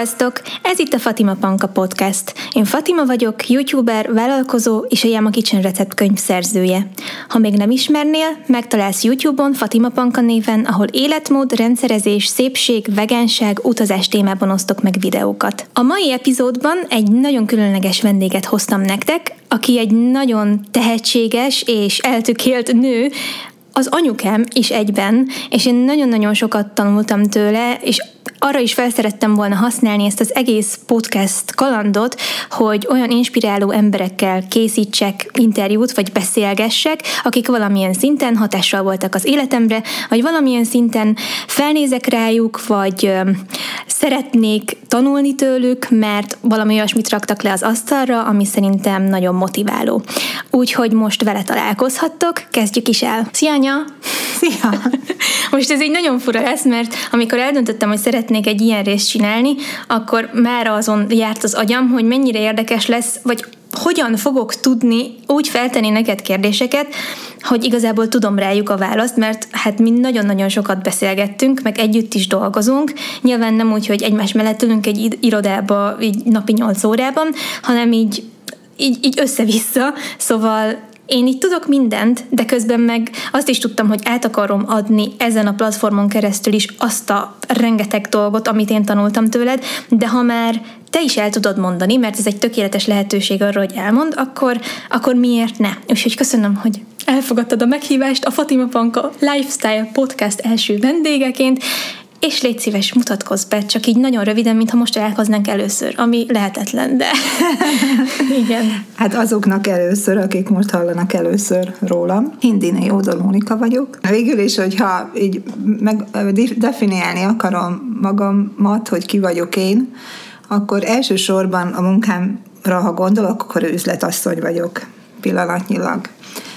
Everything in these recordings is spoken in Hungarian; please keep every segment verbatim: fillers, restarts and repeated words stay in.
Sziasztok! Ez itt a Fatima Panka Podcast. Én Fatima vagyok, youtuber, vállalkozó és a Yama Kitchen receptkönyv szerzője. Ha még nem ismernél, megtalálsz YouTube-on Fatima Panka néven, ahol életmód, rendszerezés, szépség, vegánság, utazás témában osztok meg videókat. A mai epizódban egy nagyon különleges vendéget hoztam nektek, aki egy nagyon tehetséges és eltökélt nő, az anyukám is egyben, és én nagyon-nagyon sokat tanultam tőle, és arra is felszerettem volna használni ezt az egész podcast kalandot, hogy olyan inspiráló emberekkel készítsek interjút, vagy beszélgessek, akik valamilyen szinten hatással voltak az életemre, vagy valamilyen szinten felnézek rájuk, vagy ö, szeretnék tanulni tőlük, mert valami olyasmit raktak le az asztalra, ami szerintem nagyon motiváló. Úgyhogy most vele találkozhattok, kezdjük is el. Szia, anya! Szia! Most ez így nagyon fura lesz, mert amikor eldöntöttem, hogy szeretnék egy ilyen részt csinálni, akkor már azon járt az agyam, hogy mennyire érdekes lesz, vagy hogyan fogok tudni úgy feltenni neked kérdéseket, hogy igazából tudom rájuk a választ, mert hát mi nagyon-nagyon sokat beszélgettünk, meg együtt is dolgozunk. Nyilván nem úgy, hogy egymás mellett ülünk egy irodába így napi nyolc órában, hanem így, így, így össze-vissza, szóval én így tudok mindent, de közben meg azt is tudtam, hogy át akarom adni ezen a platformon keresztül is azt a rengeteg dolgot, amit én tanultam tőled, de ha már te is el tudod mondani, mert ez egy tökéletes lehetőség arra, hogy elmond, akkor, akkor miért ne? Úgyhogy köszönöm, hogy elfogadtad a meghívást a Fatima Panka Lifestyle Podcast első vendégeként, és légy szíves, mutatkozz be, csak így nagyon röviden, mintha most találkoznánk először, ami lehetetlen, de igen. Hát azoknak először, akik most hallanak először rólam. Hindine Jódor Mónika vagyok. Végül is, hogyha így meg definiálni akarom magamat, hogy ki vagyok én, akkor elsősorban a munkámra, ha gondolok, akkor üzletasszony vagyok pillanatnyilag.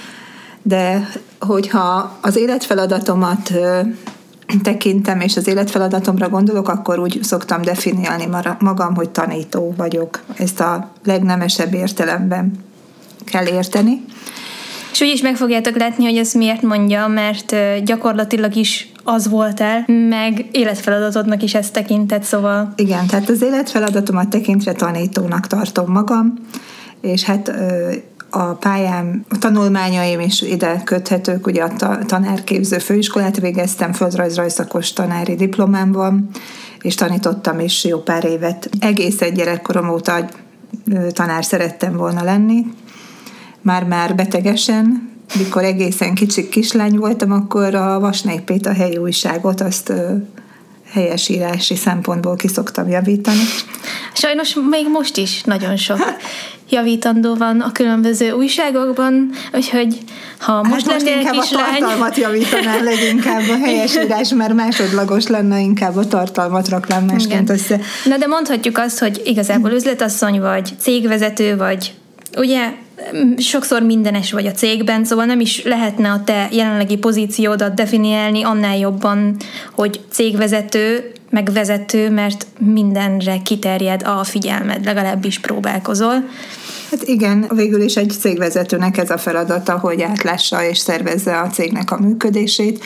De hogyha az életfeladatomat tekintem, és az életfeladatomra gondolok, akkor úgy szoktam definiálni magam, hogy tanító vagyok. Ezt a legnemesebb értelemben kell érteni. És úgy is meg fogjátok látni, hogy ezt miért mondja, mert gyakorlatilag is az voltál, meg életfeladatodnak is ezt tekintett, szóval... Igen, tehát az életfeladatomat tekintve tanítónak tartom magam, és hát a pályám, a tanulmányaim is ide köthetők, ugye a tanárképző főiskolát végeztem, földrajz-rajzszakos tanári diplomám van, és tanítottam is jó pár évet. Egészen gyerekkorom óta tanár szerettem volna lenni, már-már betegesen, mikor egészen kicsi kislány voltam, akkor a Vasnépét, a helyi újságot, azt helyesírási szempontból ki szoktam javítani. Sajnos még most is nagyon sok javítandó van a különböző újságokban, úgyhogy ha most hát lennél most kislány... a tartalmat javítanál leginkább a helyesírás, mert másodlagos lenne, inkább a tartalmat raknám másként össze. Na de mondhatjuk azt, hogy igazából üzletasszony vagy, cégvezető vagy, ugye sokszor mindenes vagy a cégben, szóval nem is lehetne a te jelenlegi pozíciódat definiálni annál jobban, hogy cégvezető, meg vezető, mert mindenre kiterjed a figyelmed, legalábbis próbálkozol. Hát igen, végül is egy cégvezetőnek ez a feladata, hogy átlássa és szervezze a cégnek a működését,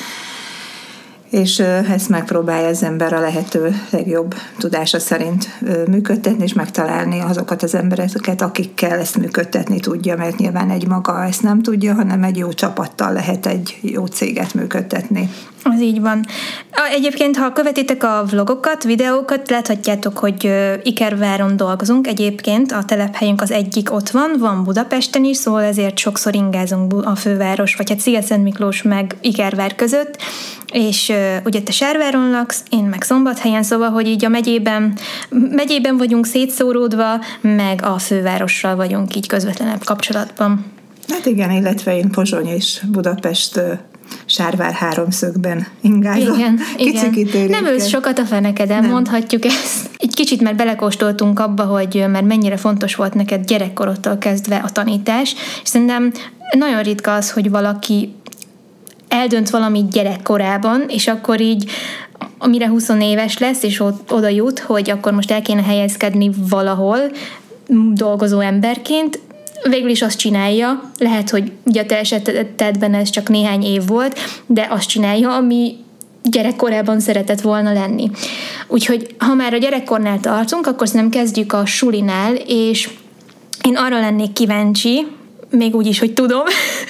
és ezt megpróbálja az ember a lehető legjobb tudása szerint működtetni, és megtalálni azokat az embereket, akikkel ezt működtetni tudja, mert nyilván egy maga ezt nem tudja, hanem egy jó csapattal lehet egy jó céget működtetni. Az így van. Egyébként, ha követitek a vlogokat, videókat, láthatjátok, hogy Ikerváron dolgozunk. Egyébként a telephelyünk az egyik ott van, van Budapesten is, szóval ezért sokszor ingázunk a főváros, vagy hát Sziget-Szentmiklós meg Ikervár között, és uh, ugye te Sárváron laksz, én meg Szombathelyen, szóval, hogy így a megyében, megyében vagyunk szétszóródva, meg a fővárossal vagyunk így közvetlenebb kapcsolatban. Hát igen, illetve én Pozsony és Budapest Sárvár háromszögben ingázom. Igen, igen. Nem ülsz sokat a fenekeden, nem. Mondhatjuk ezt. Egy kicsit már belekóstoltunk abba, hogy már mennyire fontos volt neked gyerekkorodtól kezdve a tanítás, és szerintem nagyon ritka az, hogy valaki eldönt valamit gyerekkorában, és akkor így amire húsz éves lesz, és oda jut, hogy akkor most el kéne helyezkedni valahol dolgozó emberként, végül is azt csinálja, lehet, hogy ugye a te esetedben ez csak néhány év volt, de azt csinálja, ami gyerekkorában szeretett volna lenni. Úgyhogy ha már a gyerekkornál tartunk, akkor szerintem kezdjük a sulinál, és én arra lennék kíváncsi, még úgy is, hogy tudom,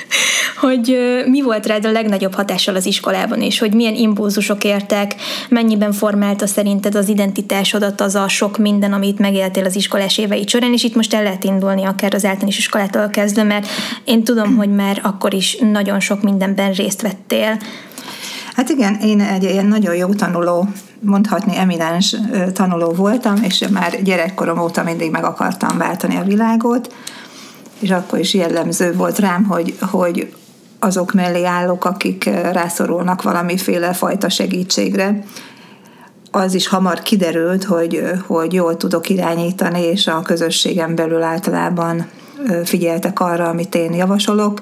hogy mi volt rád a legnagyobb hatással az iskolában, és hogy milyen impulzusok értek, mennyiben formálta szerinted az identitásodat az a sok minden, amit megéltél az iskolás éveid során, és itt most el lehet indulni akár az általános iskolától kezdve, mert én tudom, hogy már akkor is nagyon sok mindenben részt vettél. Hát igen, én egy ilyen nagyon jó tanuló, mondhatni eminens tanuló voltam, és már gyerekkorom óta mindig meg akartam váltani a világot, és akkor is jellemző volt rám, hogy, hogy azok mellé állok, akik rászorulnak valamiféle fajta segítségre. Az is hamar kiderült, hogy, hogy jól tudok irányítani, és a közösségem belül általában figyeltek arra, amit én javasolok,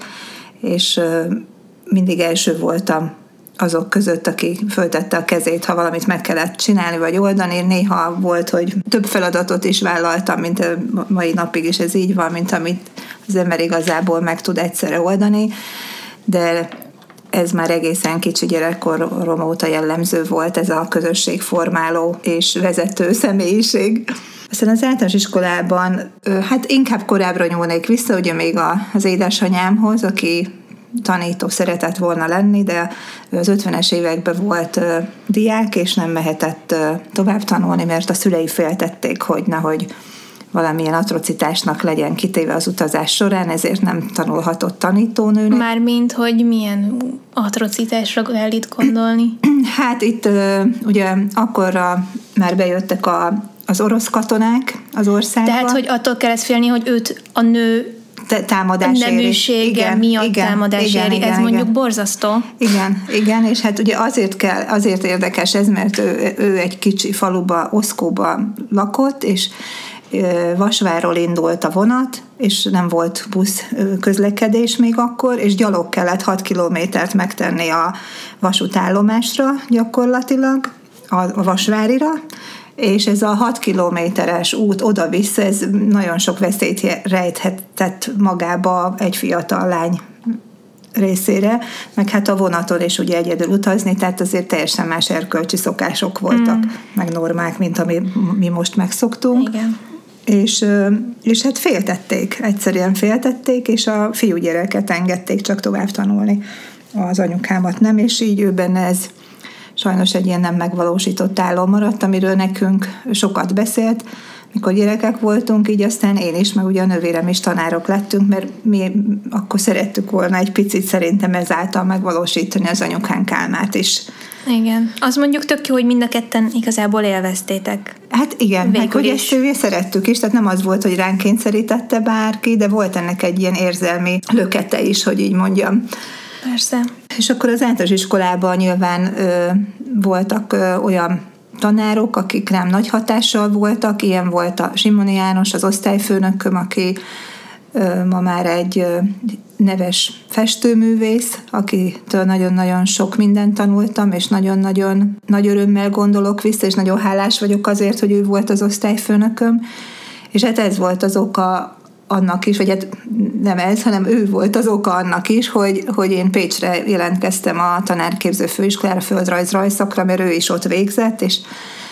és mindig első voltam azok között, aki föltette a kezét, ha valamit meg kellett csinálni, vagy oldani. Néha volt, hogy több feladatot is vállaltam, mint a mai napig is ez így van, mint amit az ember igazából meg tud egyszerre oldani, de ez már egészen kicsi gyerekkorom óta jellemző volt, ez a közösségformáló és vezető személyiség. Aztán az általános iskolában, hát inkább korábbra nyúlnék vissza, ugye még az édesanyámhoz, aki tanító szeretett volna lenni, de az ötvenes években volt diák, és nem mehetett tovább tanulni, mert a szülei féltették, hogy nehogy valamilyen atrocitásnak legyen kitéve az utazás során, ezért nem tanulhatott tanítónőnek. Mármint, hogy milyen atrocitásra kell itt gondolni? Hát itt ugye akkorra már bejöttek a, az orosz katonák az országba. Tehát, hogy attól kellett félni, hogy őt a nő támadás neműsége igen, miatt igen, támadás igen, éri. Igen, ez igen, mondjuk igen. borzasztó. Igen, igen, és hát ugye azért kell, azért érdekes ez, mert ő, ő egy kicsi faluba, Oszkóba lakott, és Vasvárról indult a vonat, és nem volt busz közlekedés még akkor, és gyalog kellett hat kilométert megtenni a vasútállomásra gyakorlatilag, a Vasvárira, és ez a hat kilométeres út oda-vissza, ez nagyon sok veszélyt rejthetett magába egy fiatal lány részére, meg hát a vonaton is ugye egyedül utazni, tehát azért teljesen más erkölcsi szokások voltak, mm. meg normák, mint ami mi most megszoktunk. Igen. És, és hát féltették, egyszerűen féltették, és a fiúgyereket engedték csak tovább tanulni, az anyukámat nem, és így ő benne ez sajnos egy ilyen nem megvalósított álom maradt, amiről nekünk sokat beszélt, mikor gyerekek voltunk, így aztán én is, meg ugye a nővérem is tanárok lettünk, mert mi akkor szerettük volna egy picit szerintem ezáltal megvalósítani az anyukánk álmát is. Igen. Az mondjuk tök jó, hogy mind a ketten igazából élveztétek. Hát igen, meg hogy ezt szerettük is, tehát nem az volt, hogy ránk kényszerítette bárki, de volt ennek egy ilyen érzelmi lökete is, hogy így mondjam. Persze. És akkor az általános iskolában nyilván ö, voltak ö, olyan tanárok, akik rám nagy hatással voltak, ilyen volt a Simoni János, az osztályfőnököm, aki ö, ma már egy ö, neves festőművész, akitől nagyon-nagyon sok mindent tanultam, és nagyon-nagyon nagy örömmel gondolok vissza, és nagyon hálás vagyok azért, hogy ő volt az osztályfőnököm, és hát ez volt az oka annak is, vagy hát nem ez, hanem ő volt az oka annak is, hogy, hogy én Pécsre jelentkeztem a tanárképző főiskolára, földrajz rajszakra, mert ő is ott végzett, és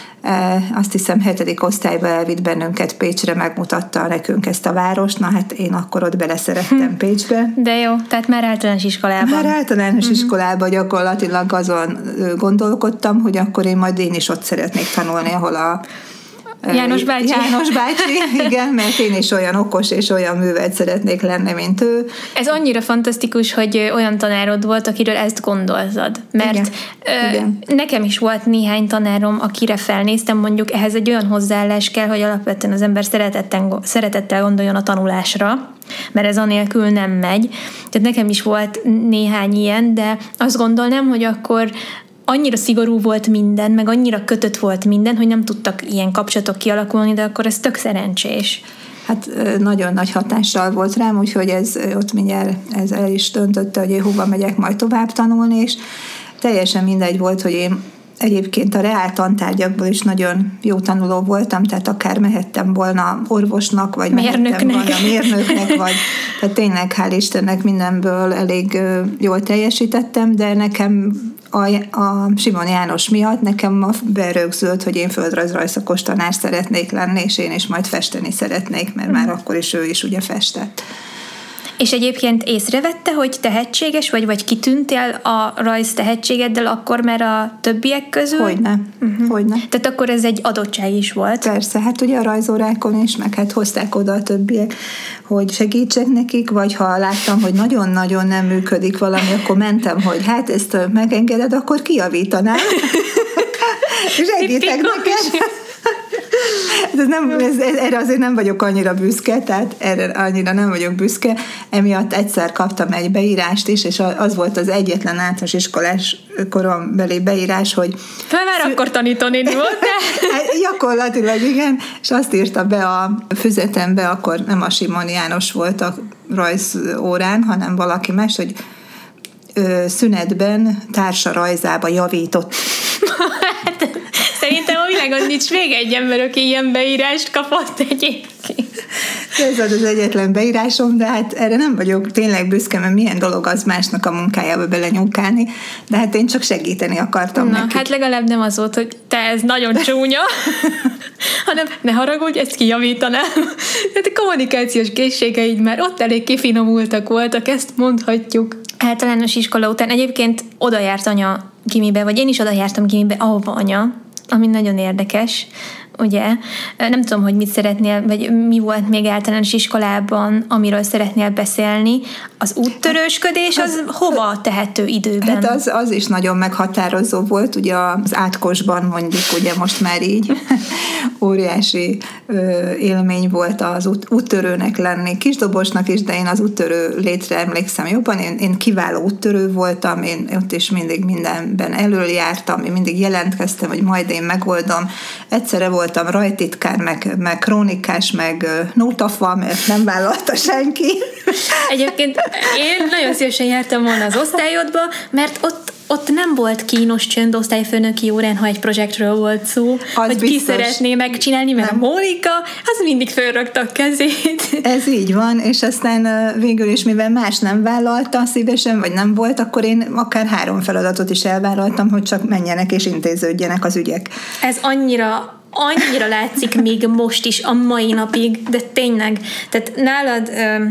e, azt hiszem hetedik osztályba elvitt bennünket Pécsre, megmutatta nekünk ezt a várost, na hát én akkor ott beleszerettem hm. Pécsbe. De jó, tehát már általános iskolában. Már általános uh-huh. iskolában gyakorlatilag azon gondolkodtam, hogy akkor én majd én is ott szeretnék tanulni, ahol a János bácsi. János bácsi, igen, mert én is olyan okos és olyan művelt szeretnék lenni, mint ő. Ez annyira fantasztikus, hogy olyan tanárod volt, akiről ezt gondoltad. Mert igen, ö, igen. nekem is volt néhány tanárom, akire felnéztem, mondjuk ehhez egy olyan hozzáállás kell, hogy alapvetően az ember szeretettel, szeretettel gondoljon a tanulásra, mert ez anélkül nem megy. Tehát nekem is volt néhány ilyen, de azt gondolnám, hogy akkor annyira szigorú volt minden, meg annyira kötött volt minden, hogy nem tudtak ilyen kapcsolatok kialakulni, de akkor ez tök szerencsés. Hát nagyon nagy hatással volt rám, úgyhogy ez ott mindjárt ez el is döntötte, hogy én hova megyek majd tovább tanulni, és teljesen mindegy volt, hogy én egyébként a reál tantárgyakból is nagyon jó tanuló voltam, tehát akár mehettem volna orvosnak, vagy mérnöknek. mehettem volna mérnöknek, vagy tehát tényleg hál' Istennek mindenből elég jól teljesítettem, de nekem a, a Simon János miatt nekem ma berögzült, hogy én földrajzrajzszakos tanár szeretnék lenni, és én is majd festeni szeretnék, mert mm. már akkor is ő is ugye festett. És egyébként észrevette, hogy tehetséges vagy, vagy kitűntél a rajz tehetségeddel akkor már a többiek közül? Hogyne, uh-huh. hogyne. Tehát akkor ez egy adottság is volt. Persze, hát ugye a rajzórákon is, meg hát hozták oda a többiek, hogy segítsek nekik, vagy ha láttam, hogy nagyon-nagyon nem működik valami, akkor mentem, hogy hát ezt megengeded, akkor kijavítanám. Segítek neked. Ez nem, ez, erre azért nem vagyok annyira büszke, tehát erre annyira nem vagyok büszke. Emiatt egyszer kaptam egy beírást is, és az volt az egyetlen általános iskolás korombeli beírás, hogy... Fel már szü- akkor tanítani volt, de... Gyakorlatilag igen, és azt írta be a füzetembe, akkor nem a Simon János volt a rajzórán, hanem valaki más, hogy ö, szünetben társa rajzába javított. Hát, szerintem a világon nincs még egy ember, aki ilyen beírást kapott egyébként. Ez az az egyetlen beírásom, de hát erre nem vagyok tényleg büszke, mert milyen dolog az másnak a munkájába belenyúkálni, de hát én csak segíteni akartam Na, neki. hát legalább nem az volt, hogy te ez nagyon csúnya, hanem ne haragudj, ezt kijavítanám. Tehát a kommunikációs készségeid már ott elég kifinomultak voltak, ezt mondhatjuk. Általános iskola után egyébként oda járt anya gimibe, vagy én is oda jártam gimibe, ahova anya, ami nagyon érdekes, ugye? Nem tudom, hogy mit szeretnél, vagy mi volt még általános iskolában, amiről szeretnél beszélni. Az úttörősködés, az, az hova tehető időben? Hát az, az is nagyon meghatározó volt, ugye az átkosban mondjuk, ugye most már így óriási ö, élmény volt az út, úttörőnek lenni, kisdobosnak is, de én az úttörő létre emlékszem jobban, én, én kiváló úttörő voltam, én ott is mindig mindenben elöljártam, én mindig jelentkeztem, hogy majd én megoldom. Egyszerre voltam rajtitkár, meg, meg krónikás, meg nótafa, mert nem vállalta senki. Egyébként én nagyon szívesen jártam volna az osztályodba, mert ott ott nem volt kínos csönd osztályfőnöki órán, ha egy projektről volt szó, az hogy biztos. Ki szeretné megcsinálni, mert nem. A Mónika, az mindig fölrögte a kezét. Ez így van, és aztán végül is, mivel más nem vállalta szívesen, vagy nem volt, akkor én akár három feladatot is elvállaltam, hogy csak menjenek és intéződjenek az ügyek. Ez annyira annyira látszik még most is, a mai napig, de tényleg, tehát nálad,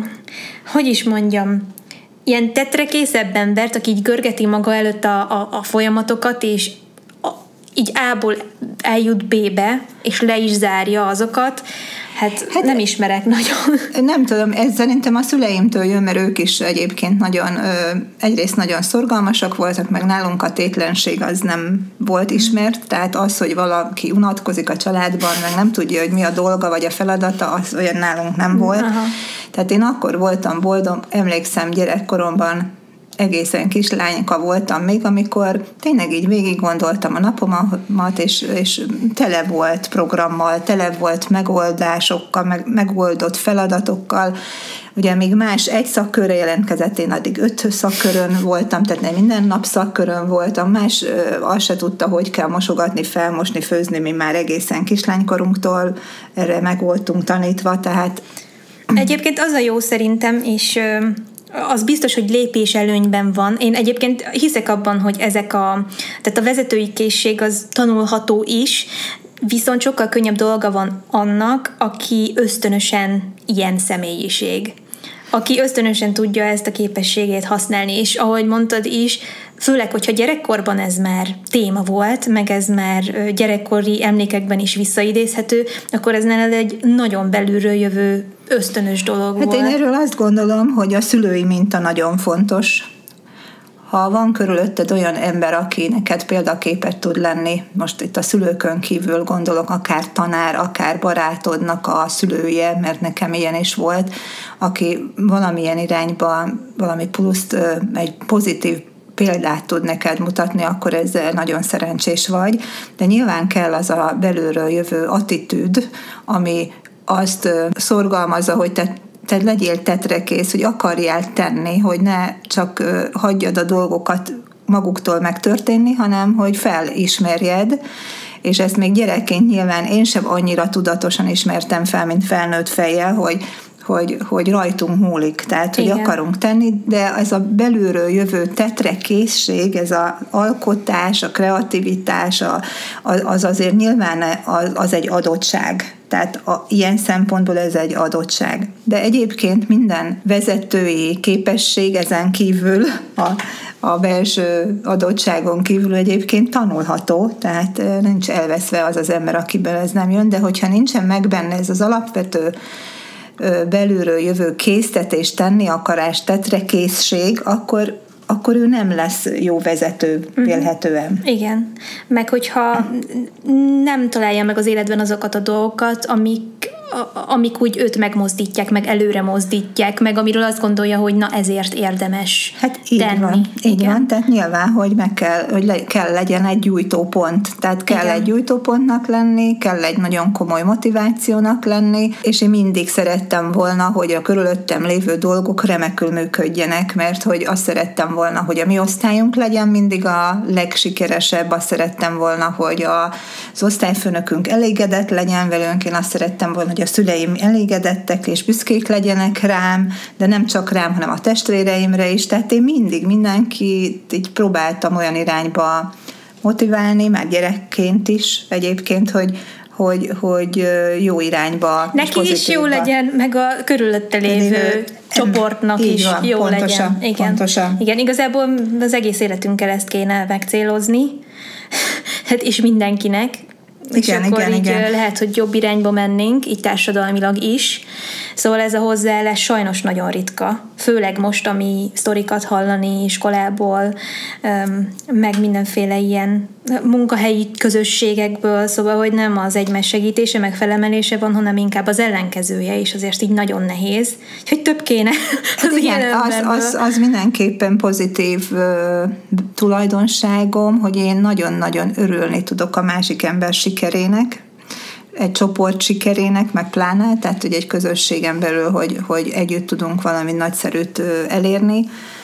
hogy is mondjam, ilyen tetrekészebb embert, aki így görgeti maga előtt a, a, a folyamatokat, és a, így A-ból eljut B-be, és le is zárja azokat, hát, hát nem ismerek nagyon. Nem tudom, ez szerintem a szüleimtől jön, mert ők is egyébként nagyon, egyrészt nagyon szorgalmasak voltak, meg nálunk a tétlenség az nem volt ismert, tehát az, hogy valaki unatkozik a családban, meg nem tudja, hogy mi a dolga, vagy a feladata, az olyan nálunk nem volt. Aha. Tehát én akkor voltam boldog, emlékszem gyerekkoromban, egészen kislányka voltam még, amikor tényleg így végig gondoltam a napomat, és, és tele volt programmal, tele volt megoldásokkal, meg, megoldott feladatokkal. Ugye még más egy szakkörre jelentkezett, én addig öt szakkörön voltam, tehát nem minden nap szakkörön voltam, más ö, azt se tudta, hogy kell mosogatni, felmosni, főzni, mi már egészen kislánykorunktól erre meg voltunk tanítva, tehát... Egyébként az a jó szerintem, és... Ö... az biztos, hogy lépés előnyben van. Én egyébként hiszek abban, hogy ezek a, tehát a vezetői készség az tanulható is, viszont sokkal könnyebb dolga van annak, aki ösztönösen ilyen személyiség. Aki ösztönösen tudja ezt a képességét használni, és ahogy mondtad is, főleg, hogyha gyerekkorban ez már téma volt, meg ez már gyerekkori emlékekben is visszaidézhető, akkor ez nálad egy nagyon belülről jövő ösztönös dolog hát volt. Én erről azt gondolom, hogy a szülői minta nagyon fontos. Ha van körülötted olyan ember, aki neked példaképet tud lenni, most itt a szülőkön kívül gondolok, akár tanár, akár barátodnak a szülője, mert nekem ilyen is volt, aki valamilyen irányba, valami pluszt, egy pozitív példát tud neked mutatni, akkor ezzel nagyon szerencsés vagy, de nyilván kell az a belülről jövő attitűd, ami azt szorgalmazza, hogy te te legyél tetrekész, hogy akarjál tenni, hogy ne csak hagyjad a dolgokat maguktól megtörténni, hanem hogy felismerjed, és ezt még gyerekként nyilván én sem annyira tudatosan ismertem fel, mint felnőtt fejjel, hogy hogy, hogy rajtunk múlik, tehát Igen. hogy akarunk tenni, de ez a belülről jövő tetrekészség, ez az alkotás, a kreativitás, a, az azért nyilván az, az egy adottság. Tehát a, ilyen szempontból ez egy adottság. De egyébként minden vezetői képesség ezen kívül, a, a belső adottságon kívül egyébként tanulható, tehát nincs elveszve az az ember, akiből ez nem jön, de hogyha nincsen meg benne ez az alapvető belülről jövő késztetés, tenni akarás, tetrekészség, akkor akkor ő nem lesz jó vezető vélhetően. Igen. Meg hogyha nem találja meg az életben azokat a dolgokat, amik, amik úgy őt megmozdítják, meg előre mozdítják, meg amiről azt gondolja, hogy na ezért érdemes hát így tenni. Van, így Igen. van, tehát nyilván, hogy meg kell, hogy le, kell legyen egy gyújtópont. Tehát kell Igen. egy gyújtópontnak lenni, kell egy nagyon komoly motivációnak lenni, és én mindig szerettem volna, hogy a körülöttem lévő dolgok remekül működjenek, mert hogy azt szerettem volna, hogy a mi osztályunk legyen mindig a legsikeresebb, azt szerettem volna, hogy a, az osztályfőnökünk elégedett legyen velünk, én azt szerettem volna, hogy a szüleim elégedettek és büszkék legyenek rám, de nem csak rám, hanem a testvéreimre is, tehát én mindig mindenkit így próbáltam olyan irányba motiválni, már gyerekként is egyébként, hogy hogy, hogy jó irányba. Neki is jó legyen, meg a körülötte lévő csoportnak is van, jó pontosan, legyen. Igen. Pontosan. Igen, igazából az egész életünkkel ezt kéne megcélozni, hát és mindenkinek. Igen, és akkor igen, így igen. lehet, hogy jobb irányba mennénk, így társadalmilag is. Szóval ez a hozzáállás sajnos nagyon ritka. Főleg most, ami sztorikat hallani iskolából, meg mindenféle ilyen munkahelyi közösségekből, szóval, hogy nem az egymás segítése, meg felemelése van, hanem inkább az ellenkezője, és azért így nagyon nehéz, hogy több kéne az hát igen, az, az, az mindenképpen pozitív uh, tulajdonságom, hogy én nagyon-nagyon örülni tudok a másik ember sikerének, egy csoport sikerének, meg pláne, tehát hogy egy közösségen belül, hogy, hogy együtt tudunk valami nagyszerűt uh, elérni,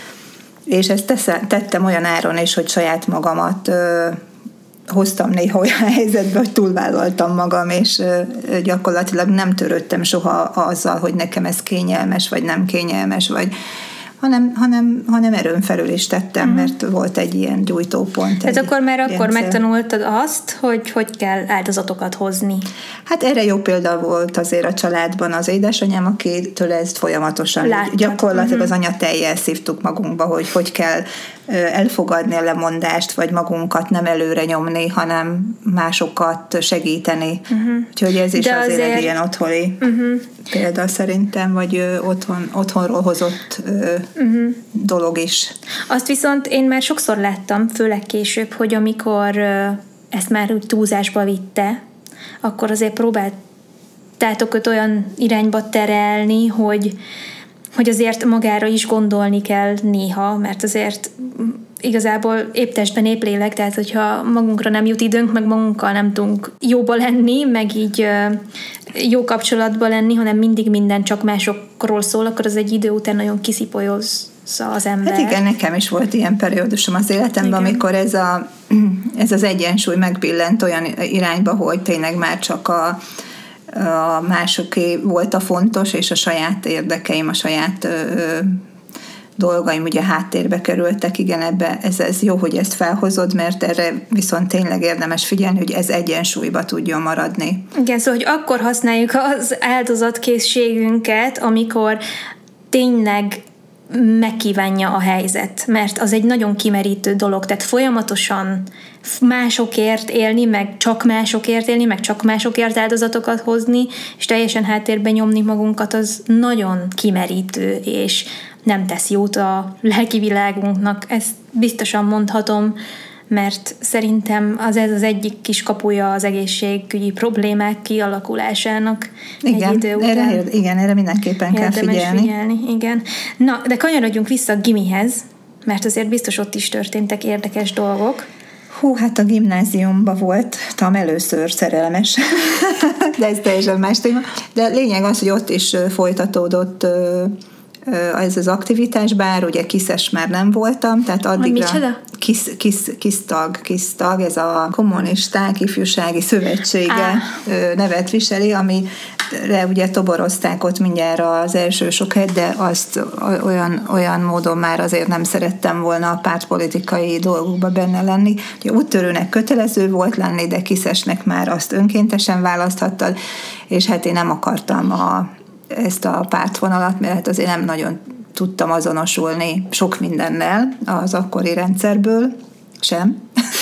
és ezt teszem, tettem olyan áron is, hogy saját magamat uh, hoztam néha olyan helyzetbe, hogy túlvállaltam magam, és gyakorlatilag nem törődtem soha azzal, hogy nekem ez kényelmes, vagy nem kényelmes, vagy hanem, hanem, hanem erőn felül is tettem, uh-huh. mert volt egy ilyen gyújtópont. Tehát akkor már akkor cél. Megtanultad azt, hogy hogy kell áldozatokat hozni. Hát erre jó példa volt azért a családban az édesanyám, akitől ezt folyamatosan Láttad. gyakorlatilag uh-huh. az anyatejjel szívtuk magunkba, hogy hogy kell elfogadni a lemondást, vagy magunkat nem előre nyomni, hanem másokat segíteni. Uh-huh. Úgyhogy ez is azért, azért egy ilyen otthoni uh-huh. példa szerintem, vagy otthon, otthonról hozott uh-huh. dolog is. Azt viszont én már sokszor láttam, főleg később, hogy amikor ezt már úgy túlzásba vitte, akkor azért próbáltátok őt olyan irányba terelni, hogy hogy azért magára is gondolni kell néha, mert azért igazából épp testben, épp lélek, tehát hogyha magunkra nem jut időnk, meg magunkkal nem tudunk jóba lenni, meg így jó kapcsolatban lenni, hanem mindig minden csak másokról szól, akkor az egy idő után nagyon kiszipolyozza az ember. Hát igen, nekem is volt ilyen periódusom az életemben, igen. amikor ez, a, ez az egyensúly megbillent olyan irányba, hogy tényleg már csak a a másoké volt a fontos, és a saját érdekeim, a saját ö, dolgaim ugye háttérbe kerültek, igen, ebbe, ez, ez jó, hogy ezt felhozod, mert erre viszont tényleg érdemes figyelni, hogy ez egyensúlyba tudjon maradni. Igen, szóval, hogy akkor használjuk az áldozatkészségünket, amikor tényleg megkívánja a helyzet, mert az egy nagyon kimerítő dolog, tehát folyamatosan másokért élni, meg csak másokért élni, meg csak másokért áldozatokat hozni, és teljesen háttérbe nyomni magunkat, az nagyon kimerítő, és nem tesz jót a lelki világunknak. Ezt biztosan mondhatom, mert szerintem az ez az egyik kis kapuja az egészségügyi problémák kialakulásának. Igen, egy idő után. Erre, igen, erre mindenképpen kell figyelni. figyelni. Igen. Na, de kanyarodjunk vissza a gimihez, mert azért biztos ott is történtek érdekes dolgok. Hú, hát a gimnáziumban voltam először szerelmes, de ez teljesen más téma. De lényeg az, hogy ott is folytatódott ez az aktivitás, bár ugye kiszes már nem voltam, tehát addigra kis, kis, kisztag, kisztag, ez a kommunisták ifjúsági szövetsége ah. nevet viseli, ami ugye toborozták ott mindjárt az első sok hely, de azt olyan, olyan módon már azért nem szerettem volna a pártpolitikai dolgokba benne lenni. Ugye úttörőnek kötelező volt lenni, de kiszesnek már azt önkéntesen választhattad, és hát én nem akartam a, ezt a pártvonalat, mert hát azért nem nagyon tudtam azonosulni sok mindennel az akkori rendszerből, sem.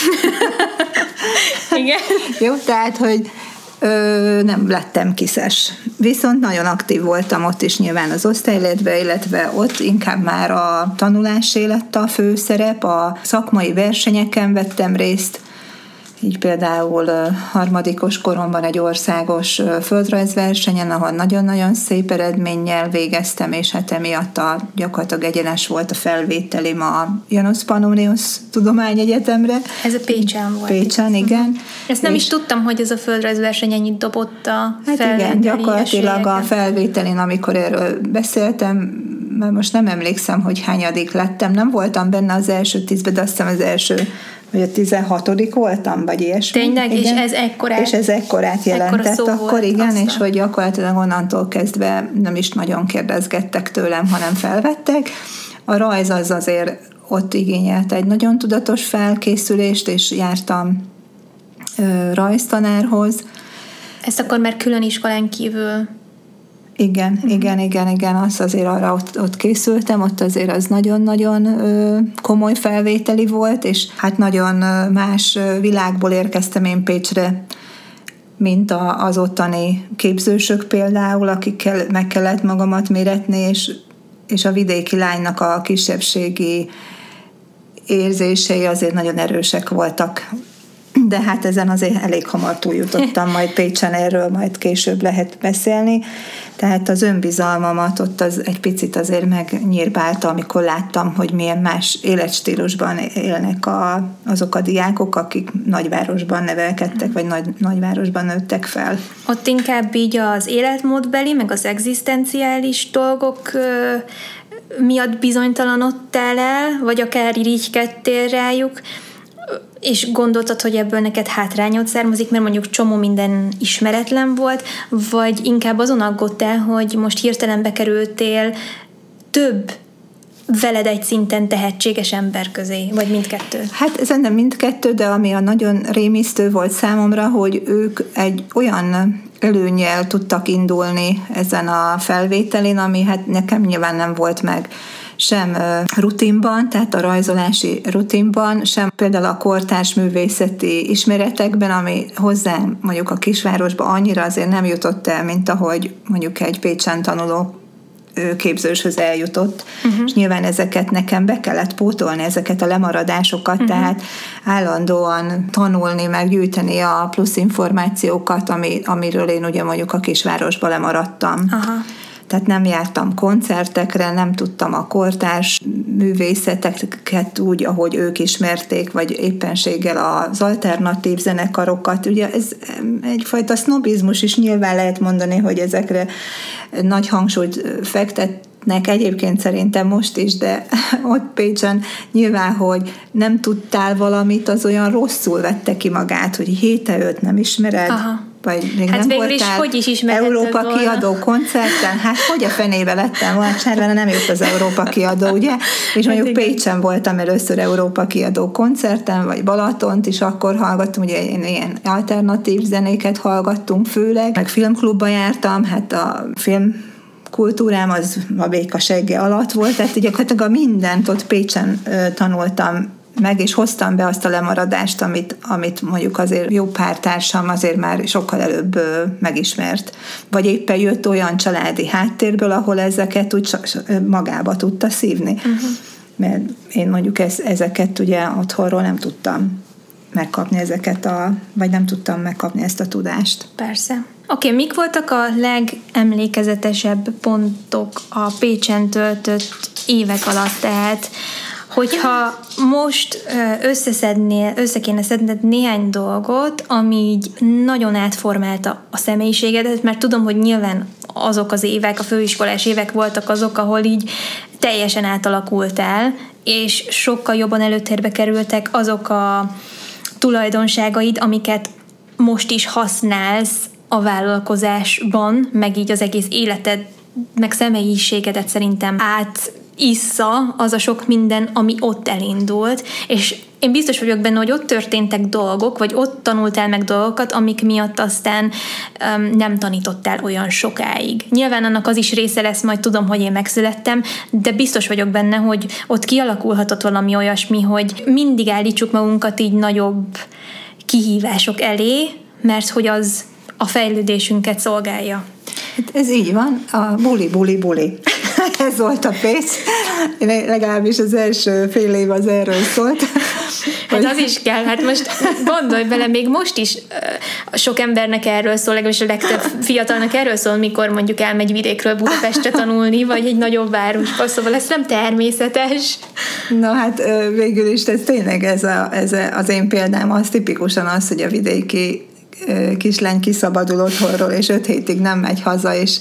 Igen. Jó, tehát, hogy Ö, nem lettem kiszes. Viszont nagyon aktív voltam ott is nyilván az osztálylétben, illetve ott inkább már a tanulásé lett a főszerep, a szakmai versenyeken vettem részt, így például harmadikos koromban egy országos földrajzversenyen, ahol nagyon-nagyon szép eredménnyel végeztem, és hát emiatt a, gyakorlatilag egyenes volt a felvételim a Janus Pannonius Tudományegyetemre. Ez a Pécsen volt. Pécsen, igen. Ezt nem és is tudtam, hogy ez a földrajzverseny ennyit dobott a hát felvételi igen, gyakorlatilag esélyeket. A felvételin, amikor erről beszéltem, mert most nem emlékszem, hogy hányadik lettem, nem voltam benne az első tízbe, de azt hiszem az első vagy a tizenhatodik voltam, vagy ilyesmi. Tényleg, igen. és ez ekkorát, és ez ekkorát jelentett akkor, igen, aztán. És hogy gyakorlatilag onnantól kezdve nem is nagyon kérdezgettek tőlem, hanem felvettek. A rajz az azért ott igényelt egy nagyon tudatos felkészülést, és jártam ö, rajztanárhoz. Ezt akkor már külön iskolán kívül... Igen, uh-huh. igen, igen, igen, azt azért arra ott, ott készültem, ott azért az nagyon-nagyon ö, komoly felvételi volt, és hát nagyon más világból érkeztem én Pécsre, mint a, az ottani képzősök például, akikkel meg kellett magamat méretni, és, és a vidéki lánynak a kisebbségi érzései azért nagyon erősek voltak. De hát ezen azért elég hamar túljutottam, majd Pécsen erről majd később lehet beszélni. Tehát az önbizalmamat ott az egy picit azért megnyírbálta, amikor láttam, hogy milyen más életstílusban élnek a, azok a diákok, akik nagyvárosban nevelkedtek, vagy nagy, nagyvárosban nőttek fel. Ott inkább így az életmódbeli, meg az egzisztenciális dolgok miatt bizonytalanodtál el, vagy akár irigykedtél rájuk, és gondoltad, hogy ebből neked hátrányod származik, mert mondjuk csomó minden ismeretlen volt, vagy inkább azon aggódtál, hogy most hirtelen bekerültél több veled egy szinten tehetséges ember közé, vagy mindkettő? Hát ez nem mindkettő, de ami a nagyon rémisztő volt számomra, hogy ők egy olyan előnnyel tudtak indulni ezen a felvételin, ami hát nekem nyilván nem volt meg sem rutinban, tehát a rajzolási rutinban, sem például a kortárs művészeti ismeretekben, ami hozzám mondjuk a kisvárosban annyira azért nem jutott el, mint ahogy mondjuk egy Pécsen tanuló képzőshöz eljutott, uh-huh. és nyilván ezeket nekem be kellett pótolni, ezeket a lemaradásokat, uh-huh. tehát állandóan tanulni, meg gyűjteni a plusz információkat, ami, amiről én ugye mondjuk a kisvárosban lemaradtam. Aha. Tehát nem jártam koncertekre, nem tudtam a kortárs művészeteket úgy, ahogy ők ismerték, vagy éppenséggel az alternatív zenekarokat. Ugye ez egyfajta sznobizmus is, nyilván lehet mondani, hogy ezekre nagy hangsúlyt fektetnek egyébként szerintem most is, de ott Pécsen nyilván, hogy nem tudtál valamit, az olyan rosszul vette ki magát, hogy héte őt nem ismered. Aha. Vagy még hát nem voltál hogy is Európa volna. Kiadó koncerten, hát hogy a fenébe lettem volna, Sárvána nem jött az Európa Kiadó, ugye? És mondjuk hát Pécsen voltam először Európa Kiadó koncerten, vagy Balatont is akkor hallgattam, ugye én ilyen alternatív zenéket hallgattunk főleg, meg filmklubba jártam, hát a film kultúrám az a béka segge alatt volt, tehát gyakorlatilag a mindent ott Pécsen tanultam meg, és hoztam be azt a lemaradást, amit, amit mondjuk azért jó pár társam azért már sokkal előbb ö, megismert. Vagy éppen jött olyan családi háttérből, ahol ezeket úgy magába tudta szívni. Uh-huh. Mert én mondjuk ez, ezeket ugye otthonról nem tudtam megkapni ezeket a, vagy nem tudtam megkapni ezt a tudást. Persze. Oké, okay, mik voltak a legemlékezetesebb pontok a Pécsen töltött évek alatt? Tehát hogyha most összeszednél, össze kéne szedned néhány dolgot, ami így nagyon átformálta a személyiségedet, mert tudom, hogy nyilván azok az évek, a főiskolás évek voltak azok, ahol így teljesen átalakultál, és sokkal jobban előtérbe kerültek azok a tulajdonságaid, amiket most is használsz a vállalkozásban, meg így az egész életed, meg személyiségedet szerintem átissza az a sok minden, ami ott elindult, és én biztos vagyok benne, hogy ott történtek dolgok, vagy ott tanultál meg dolgokat, amik miatt aztán um, nem tanítottál olyan sokáig. Nyilván annak az is része lesz, majd tudom, hogy én megszülettem, de biztos vagyok benne, hogy ott kialakulhatott valami olyasmi, hogy mindig állítsuk magunkat így nagyobb kihívások elé, mert hogy az a fejlődésünket szolgálja. Hát ez így van, a buli, buli, buli. Ez volt a pénz. Legalábbis az első fél év az erről szólt. Hát az is kell, hát most gondolj bele, még most is sok embernek erről szól, legalábbis a legtöbb fiatalnak erről szól, mikor mondjuk elmegy vidékről Budapestre tanulni, vagy egy nagyobb városba, szóval ez nem természetes. Na hát végül is ez tényleg ez, a, ez az én példám, az tipikusan az, hogy a vidéki kislány kiszabadul otthonról, és öt hétig nem megy haza, és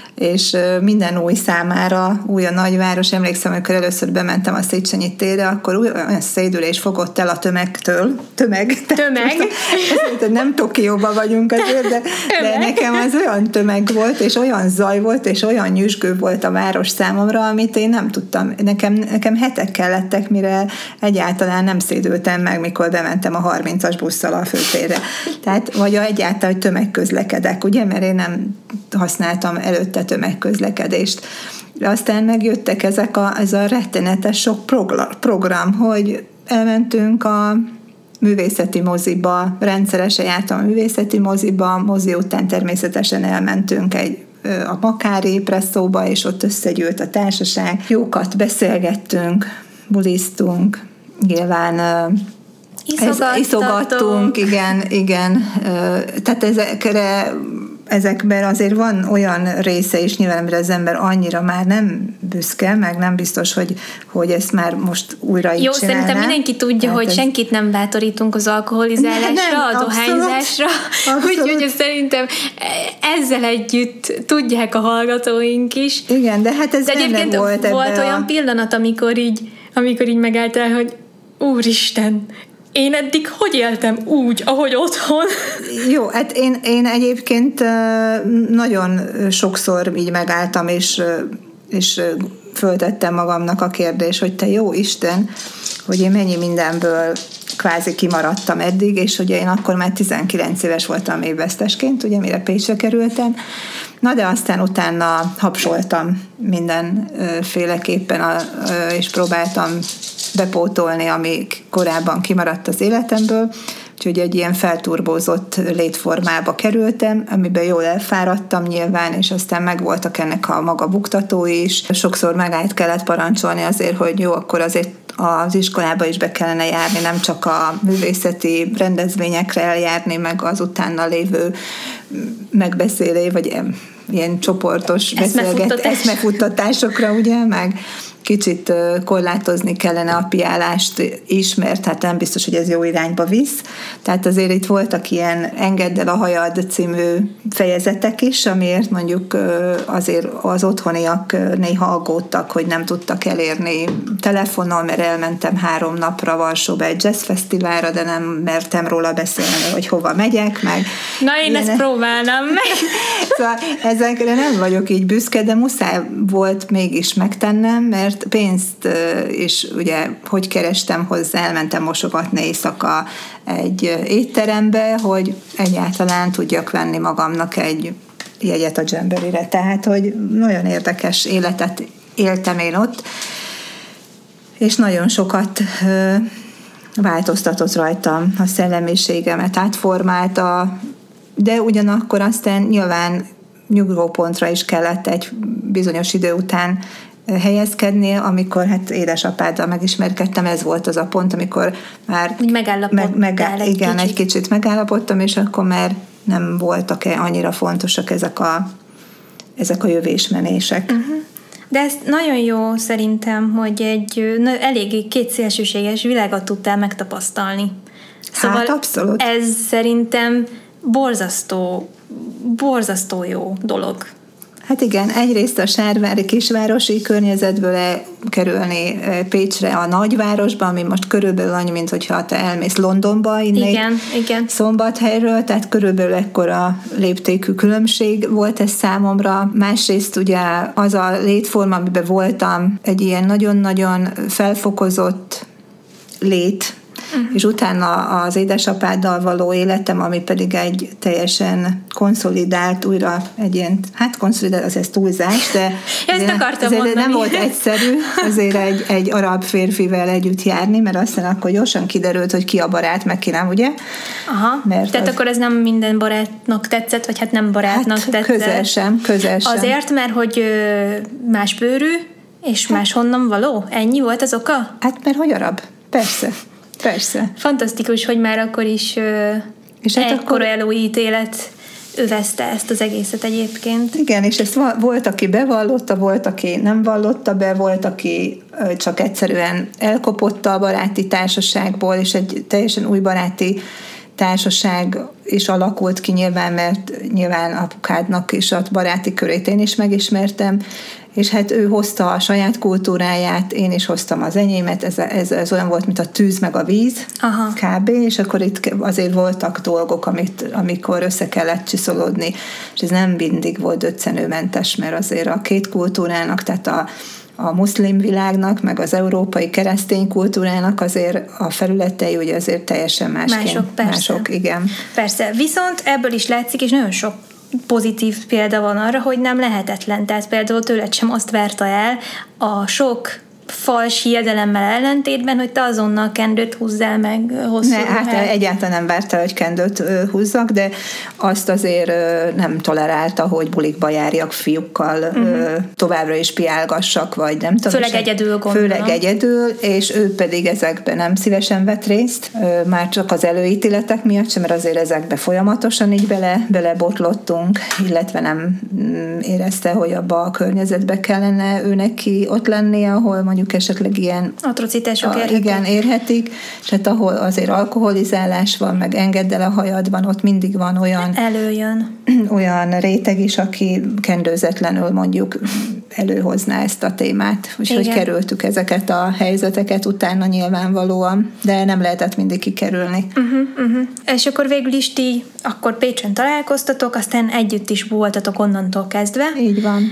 és minden új számára, új a nagyváros. Emlékszem, amikor először bementem a Széchenyi térre, akkor olyan szédülés fogott el a tömegtől. Tömeg. Tömeg. Tehát, nem Tokióban vagyunk azért, de, de nekem az olyan tömeg volt, és olyan zaj volt, és olyan nyüzsgő volt a város számomra, amit én nem tudtam. Nekem, nekem hetek kellettek, mire egyáltalán nem szédültem meg, mikor bementem a harmincas busszal a főtérre. Tehát, vagy egyáltalán, hogy tömegközlekedek, ugye, mert én nem használtam előtte tömegközlekedést. Aztán megjöttek ezek a, ez a rettenetes sok program, hogy elmentünk a művészeti moziba, rendszeresen jártam a művészeti moziba, mozi után természetesen elmentünk egy a Makári presszóba, és ott összegyűlt a társaság. Jókat beszélgettünk, buliztunk, nyilván iszogattunk, iszogattunk igen, igen. Tehát ezekre ezekben azért van olyan része is nyilván, amire az ember annyira már nem büszke, meg nem biztos, hogy, hogy ezt már most újra így Jó, csinálná. szerintem mindenki tudja, tehát hogy ez... senkit nem bátorítunk az alkoholizálásra, nem, a dohányzásra, úgyhogy szerintem ezzel együtt tudják a hallgatóink is. Igen, de hát ez de egyébként volt volt olyan a... pillanat, amikor így, amikor így megálltál, hogy Úristen, én eddig hogy éltem úgy, ahogy otthon? Jó, hát én, én egyébként nagyon sokszor így megálltam, és, és föltettem magamnak a kérdést, hogy te jó Isten, hogy én mennyi mindenből kvázi kimaradtam eddig, és ugye én akkor már tizenkilenc éves voltam évvesztesként, ugye mire Pécsre kerültem, na de aztán utána hapsoltam mindenféleképpen, és próbáltam bepótolni, ami korábban kimaradt az életemből, úgyhogy egy ilyen felturbózott létformába kerültem, amiben jól elfáradtam nyilván, és aztán megvoltak ennek a maga buktatói is. Sokszor megállt kellett parancsolni azért, hogy jó, akkor azért az iskolába is be kellene járni, nem csak a művészeti rendezvényekre eljárni, meg az utána lévő megbeszélé, vagy ilyen csoportos beszélget, eszmefuttatásokra, ugye, meg kicsit korlátozni kellene a piálást is, mert hát nem biztos, hogy ez jó irányba visz. Tehát azért itt voltak ilyen Engedd el a hajad című fejezetek is, amiért mondjuk azért az otthoniak néha aggódtak, hogy nem tudtak elérni telefonon, mert elmentem három napra Varsóba egy jazzfesztiválra, de nem mertem róla beszélni, hogy hova megyek, meg... Na, én ilyen... ezt próbálnám meg. Szóval ezekre nem vagyok így büszke, de muszáj volt mégis megtennem, mert pénzt is ugye, hogy kerestem hozzá, elmentem mosogatni éjszaka egy étterembe, hogy egyáltalán tudjak venni magamnak egy jegyet a Jamboree-re. Tehát, hogy nagyon érdekes életet éltem én ott, és nagyon sokat változtatott rajtam, a szellemiségemet átformálta, de ugyanakkor aztán nyilván nyugvópontra is kellett egy bizonyos idő után helyezkedni, amikor hát édesapáddal megismerkedtem, ez volt az a pont, amikor már úgy megállapodtál meg, meg, egy igen, kicsit. egy kicsit megállapodtam, és akkor már nem voltak annyira fontosak ezek a, ezek a jövésmenések. Uh-huh. De ez nagyon jó szerintem, hogy egy na, eléggé kétszélsőséges világot tudtál megtapasztalni. Szóval hát abszolút. Ez szerintem borzasztó, borzasztó jó dolog. Hát igen, egyrészt a sárvári kisvárosi környezetből kerülni Pécsre a nagyvárosba, ami most körülbelül annyi, mint hogyha te elmész Londonba, innen igen, igen. Szombathelyről, tehát körülbelül ekkora léptékű különbség volt ez számomra. Másrészt ugye az a létforma, amiben voltam, egy ilyen nagyon-nagyon felfokozott lét, uh-huh. és utána az édesapáddal való életem, ami pedig egy teljesen konszolidált, újra egy ilyen, hát konszolidált, az ez túlzás, de ezt akartam azért mondani. Nem volt egyszerű azért egy, egy arab férfivel együtt járni, mert aztán akkor gyorsan kiderült, hogy ki a barát, meg ki nem, ugye? Aha, mert tehát az... akkor ez nem minden barátnak tetszett, vagy hát nem barátnak hát tetszett. közel sem, közel sem. Azért, mert hogy más bőrű, és hát, máshonnan való? Ennyi volt az oka? Hát mert hogy arab, persze. Persze. Fantasztikus, hogy már akkor is és hát ekkora akkor... előítélet övezte ezt az egészet egyébként. Igen, és ezt volt, aki bevallotta, volt, aki nem vallotta be, volt, aki csak egyszerűen elkopotta a baráti társaságból, és egy teljesen új baráti társaság is alakult ki nyilván, mert nyilván apukádnak is a baráti körét én is megismertem, és hát ő hozta a saját kultúráját, én is hoztam az enyémet, ez, ez, ez olyan volt, mint a tűz meg a víz, aha. kb. És akkor itt azért voltak dolgok, amit, amikor össze kellett csiszolódni, és ez nem mindig volt döccenőmentes, mert azért a két kultúrának, tehát a a muszlim világnak, meg az európai keresztény kultúrának azért a felületei ugye azért teljesen másként. Mások, persze. Mások, igen. Persze, viszont ebből is látszik, és nagyon sok pozitív példa van arra, hogy nem lehetetlen. Tehát például tőled sem azt várta el a sok fals hiedelemmel ellentétben, hogy te azonnal kendőt húzzál meg hosszú. Ne, hát el. egyáltalán nem várta, hogy kendőt húzzak, de azt azért nem tolerálta, hogy bulikba járjak fiúkkal, uh-huh. továbbra is piálgassak, vagy nem tudom. Főleg egyedül gondolom. Főleg egyedül, és ő pedig ezekben nem szívesen vett részt, már csak az előítéletek miatt sem, mert azért ezekbe folyamatosan így bele, belebotlottunk, illetve nem érezte, hogy abba a környezetbe kellene ő neki ott lennie, ahol mondjuk esetleg ilyen atrocitások a, érhetik. Igen, érhetik, és hát ahol azért alkoholizálás van, meg engedd el a hajad van, ott mindig van olyan előjön. olyan réteg is, aki kendőzetlenül mondjuk előhozná ezt a témát. Úgyhogy kerültük ezeket a helyzeteket utána nyilvánvalóan, de nem lehetett mindig kikerülni. Uh-huh, uh-huh. És akkor végül is ti akkor Pécsen találkoztatok, aztán együtt is voltatok onnantól kezdve. Így van.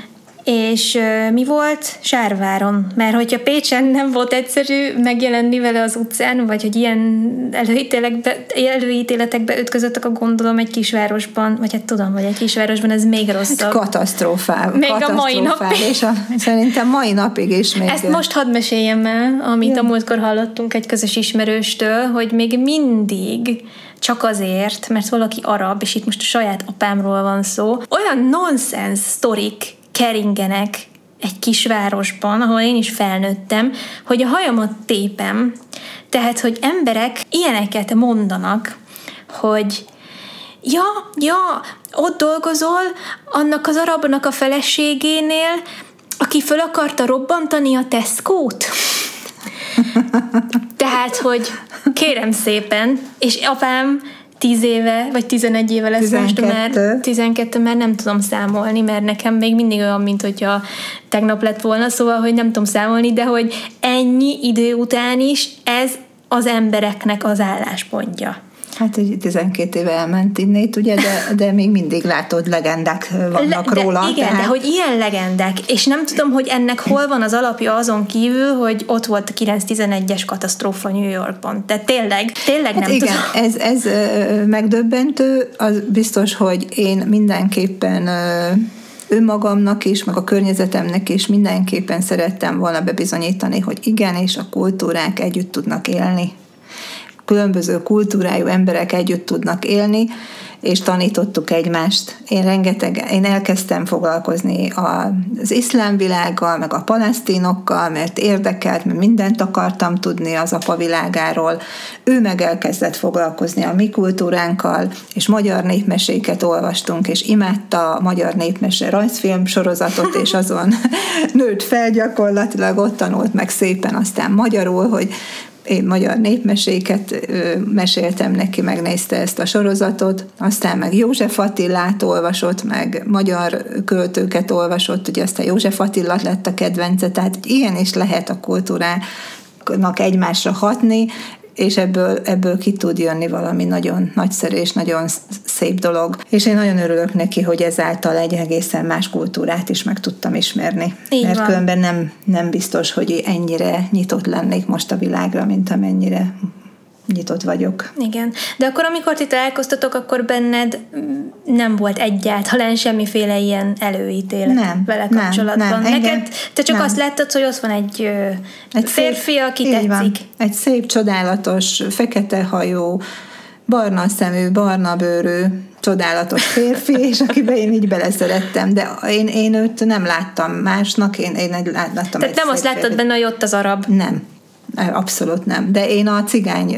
És uh, mi volt Sárváron? Mert hogyha Pécsen nem volt egyszerű megjelenni vele az utcán, vagy hogy ilyen előítéletekbe, előítéletekbe ütközöttek a gondolom egy kisvárosban, vagy hát tudom, hogy egy kisvárosban ez még rosszabb. Hát katasztrófál. Még a mai napig. És a, szerintem mai napig is még. Ezt most hadd meséljem el, amit ja. a múltkor hallottunk egy közös ismerőstől, hogy még mindig csak azért, mert valaki arab, és itt most a saját apámról van szó, olyan nonsens sztorik keringenek egy kisvárosban, ahol én is felnőttem, hogy a hajamat tépem, tehát, hogy emberek ilyeneket mondanak, hogy ja, ja, ott dolgozol annak az arabnak a feleségénél, aki föl akarta robbantani a Tesco-t. Tehát, hogy kérem szépen, és apám tíz éve, vagy tizenegy éve lesz tizenkettő. Most már, tizenkettő, már nem tudom számolni, mert nekem még mindig olyan, mint hogyha tegnap lett volna, szóval, hogy nem tudom számolni, de hogy ennyi idő után is ez az embereknek az álláspontja. Hát egy tizenkét éve elment innét, ugye, de, de még mindig látod, legendák vannak Le, róla. De igen, tehát... de hogy ilyen legendák, és nem tudom, hogy ennek hol van az alapja azon kívül, hogy ott volt a kilenc tizenegyes katasztrófa New Yorkban. Tehát tényleg, tényleg hát nem igen, tudom. Ez, ez megdöbbentő, az biztos, hogy én mindenképpen önmagamnak is, meg a környezetemnek is mindenképpen szerettem volna bebizonyítani, hogy igenis a kultúrák együtt tudnak élni. Különböző kultúrájú emberek együtt tudnak élni, és tanítottuk egymást. Én rengeteg, én elkezdtem foglalkozni az iszlám világgal, meg a palesztinokkal, mert érdekelt, mert mindent akartam tudni az apa világáról. Ő meg elkezdett foglalkozni a mi kultúránkkal, és magyar népmeséket olvastunk, és imádta a magyar népmese rajzfilm sorozatot, és azon nőtt fel gyakorlatilag, ott tanult meg szépen aztán magyarul, hogy én magyar népmeséket meséltem neki, megnézte ezt a sorozatot, aztán meg József Attilát olvasott, meg magyar költőket olvasott, ugye aztán József Attila lett a kedvence, tehát ilyen is lehet a kultúrának egymásra hatni, és ebből, ebből ki tud jönni valami nagyon nagyszerű és nagyon szép dolog. És én nagyon örülök neki, hogy ezáltal egy egészen más kultúrát is meg tudtam ismerni. Így Mert van. Különben nem, nem biztos, hogy ennyire nyitott lennék most a világra, mint amennyire nyitott vagyok. Igen. De akkor, amikor ti találkoztatok, akkor benned nem volt egyáltalán semmiféle ilyen előítélet nem, vele kapcsolatban. Nem, nem. Neked, Engem, te csak nem. azt láttad, hogy ott van egy, egy férfi, szép, aki tetszik. Van. Egy szép, csodálatos, fekete hajú, barna szemű, barna bőrű, csodálatos férfi, és akiben én így beleszerettem, de én, én őt nem láttam másnak, én, én láttam Tehát egy nem azt láttad férfi. Benne, hogy ott az arab? Nem. Abszolút nem. De én a cigány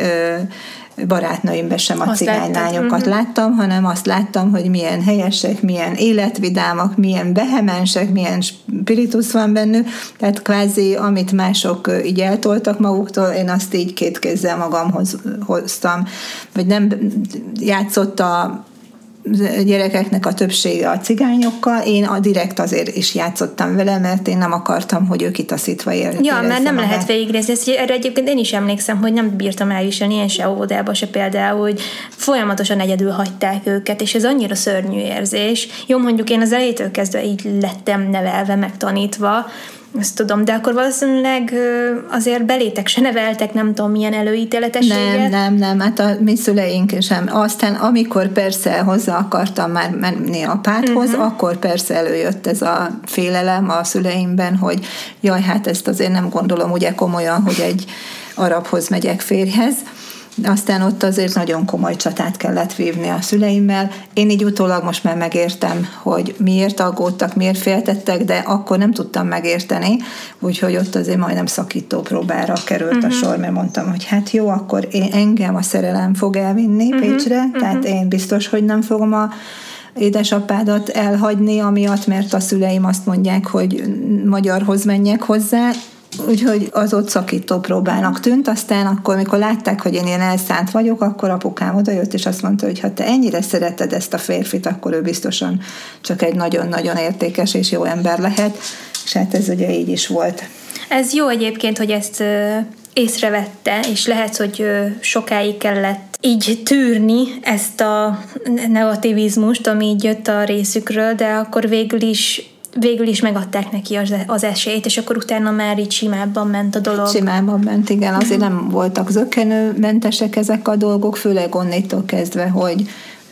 barátnőimben sem a azt cigány láttad. lányokat uh-huh. láttam, hanem azt láttam, hogy milyen helyesek, milyen életvidámak, milyen vehemensek, milyen spiritus van bennük, tehát kvázi, amit mások így eltoltak maguktól, én azt így két kézzel magamhoz hoztam. Vagy nem játszott a gyerekeknek a többsége a cigányokkal, én a direkt azért is játszottam vele, mert én nem akartam, hogy ő kitaszítva ér. Ja, mert nem magát. Lehet végignézni. Ezt, erre egyébként én is emlékszem, hogy nem bírtam elviselni ilyen se óvodába se például, hogy folyamatosan egyedül hagyták őket, és ez annyira szörnyű érzés. Jó, mondjuk én az elejétől kezdve így lettem nevelve, megtanítva, ezt tudom, de akkor valószínűleg azért belétek se neveltek, nem tudom, milyen előítéletességet. Nem, nem, nem, hát a mi szüleink sem. Aztán amikor persze hozzá akartam már menni a párthoz, uh-huh. akkor persze előjött ez a félelem a szüleimben, hogy jaj, hát ezt azért nem gondolom ugye komolyan, hogy egy arabhoz megyek férjhez. Aztán ott azért nagyon komoly csatát kellett vívni a szüleimmel. Én így utólag most már megértem, hogy miért aggódtak, miért féltettek, de akkor nem tudtam megérteni, úgyhogy ott azért majdnem szakító próbára került uh-huh. a sor, mert mondtam, hogy hát jó, akkor én, engem a szerelem fog elvinni uh-huh. Pécsre, uh-huh. tehát én biztos, hogy nem fogom a édesapádat elhagyni, amiatt, mert a szüleim azt mondják, hogy magyarhoz menjek hozzá. Úgyhogy az ott szakító próbának tűnt, aztán akkor, mikor látták, hogy én ilyen elszánt vagyok, akkor apukám odajött, és azt mondta, hogy ha te ennyire szereted ezt a férfit, akkor ő biztosan csak egy nagyon-nagyon értékes és jó ember lehet, és hát ez ugye így is volt. Ez jó egyébként, hogy ezt észrevette, és lehet, hogy sokáig kellett így tűrni ezt a negativizmust, ami így jött a részükről, de akkor végül is végül is megadták neki az, az esélyt, és akkor utána már így simábban ment a dolog. Simábban ment, igen. Azért nem voltak zökkenőmentesek ezek a dolgok, főleg onnétól kezdve, hogy,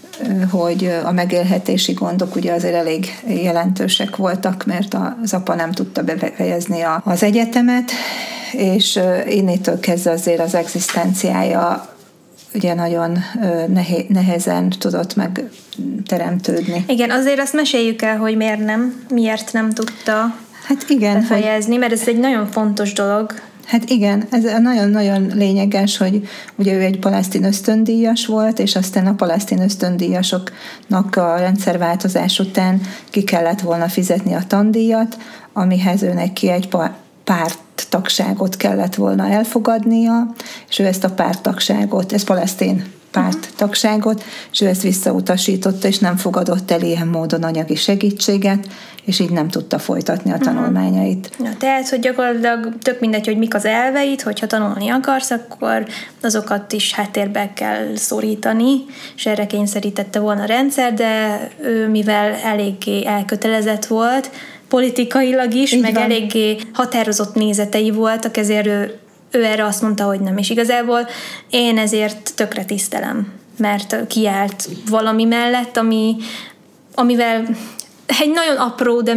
hogy a megélhetési gondok ugye azért elég jelentősek voltak, mert az apa nem tudta befejezni az egyetemet, és innétől kezdve azért az egzisztenciája ugye nagyon nehezen tudott megteremtődni. Igen, azért azt meséljük el, hogy miért nem, miért nem tudta hát igen, befejezni, hogy... mert ez egy nagyon fontos dolog. Hát igen, ez nagyon-nagyon lényeges, hogy ugye ő egy palesztin ösztöndíjas volt, és aztán a palesztin ösztöndíjasoknak a rendszerváltozás után ki kellett volna fizetni a tandíjat, amihez ő neki egy párttagságot kellett volna elfogadnia, és ő ezt a párttagságot, ez palesztin párttagságot, és ő ezt visszautasította, és nem fogadott el ilyen módon anyagi segítséget, és így nem tudta folytatni a tanulmányait. Ja, tehát, hogy gyakorlatilag tök mindegy, hogy mik az elveid, hogyha tanulni akarsz, akkor azokat is háttérbe kell szorítani, és erre kényszerítette volna a rendszer, de ő, mivel eléggé elkötelezett volt, politikailag is, így meg van. Eléggé határozott nézetei voltak, ezért ő, ő erre azt mondta, hogy nem. És igazából én ezért tökre tisztelem, mert kiállt valami mellett, ami, amivel egy nagyon apró, de,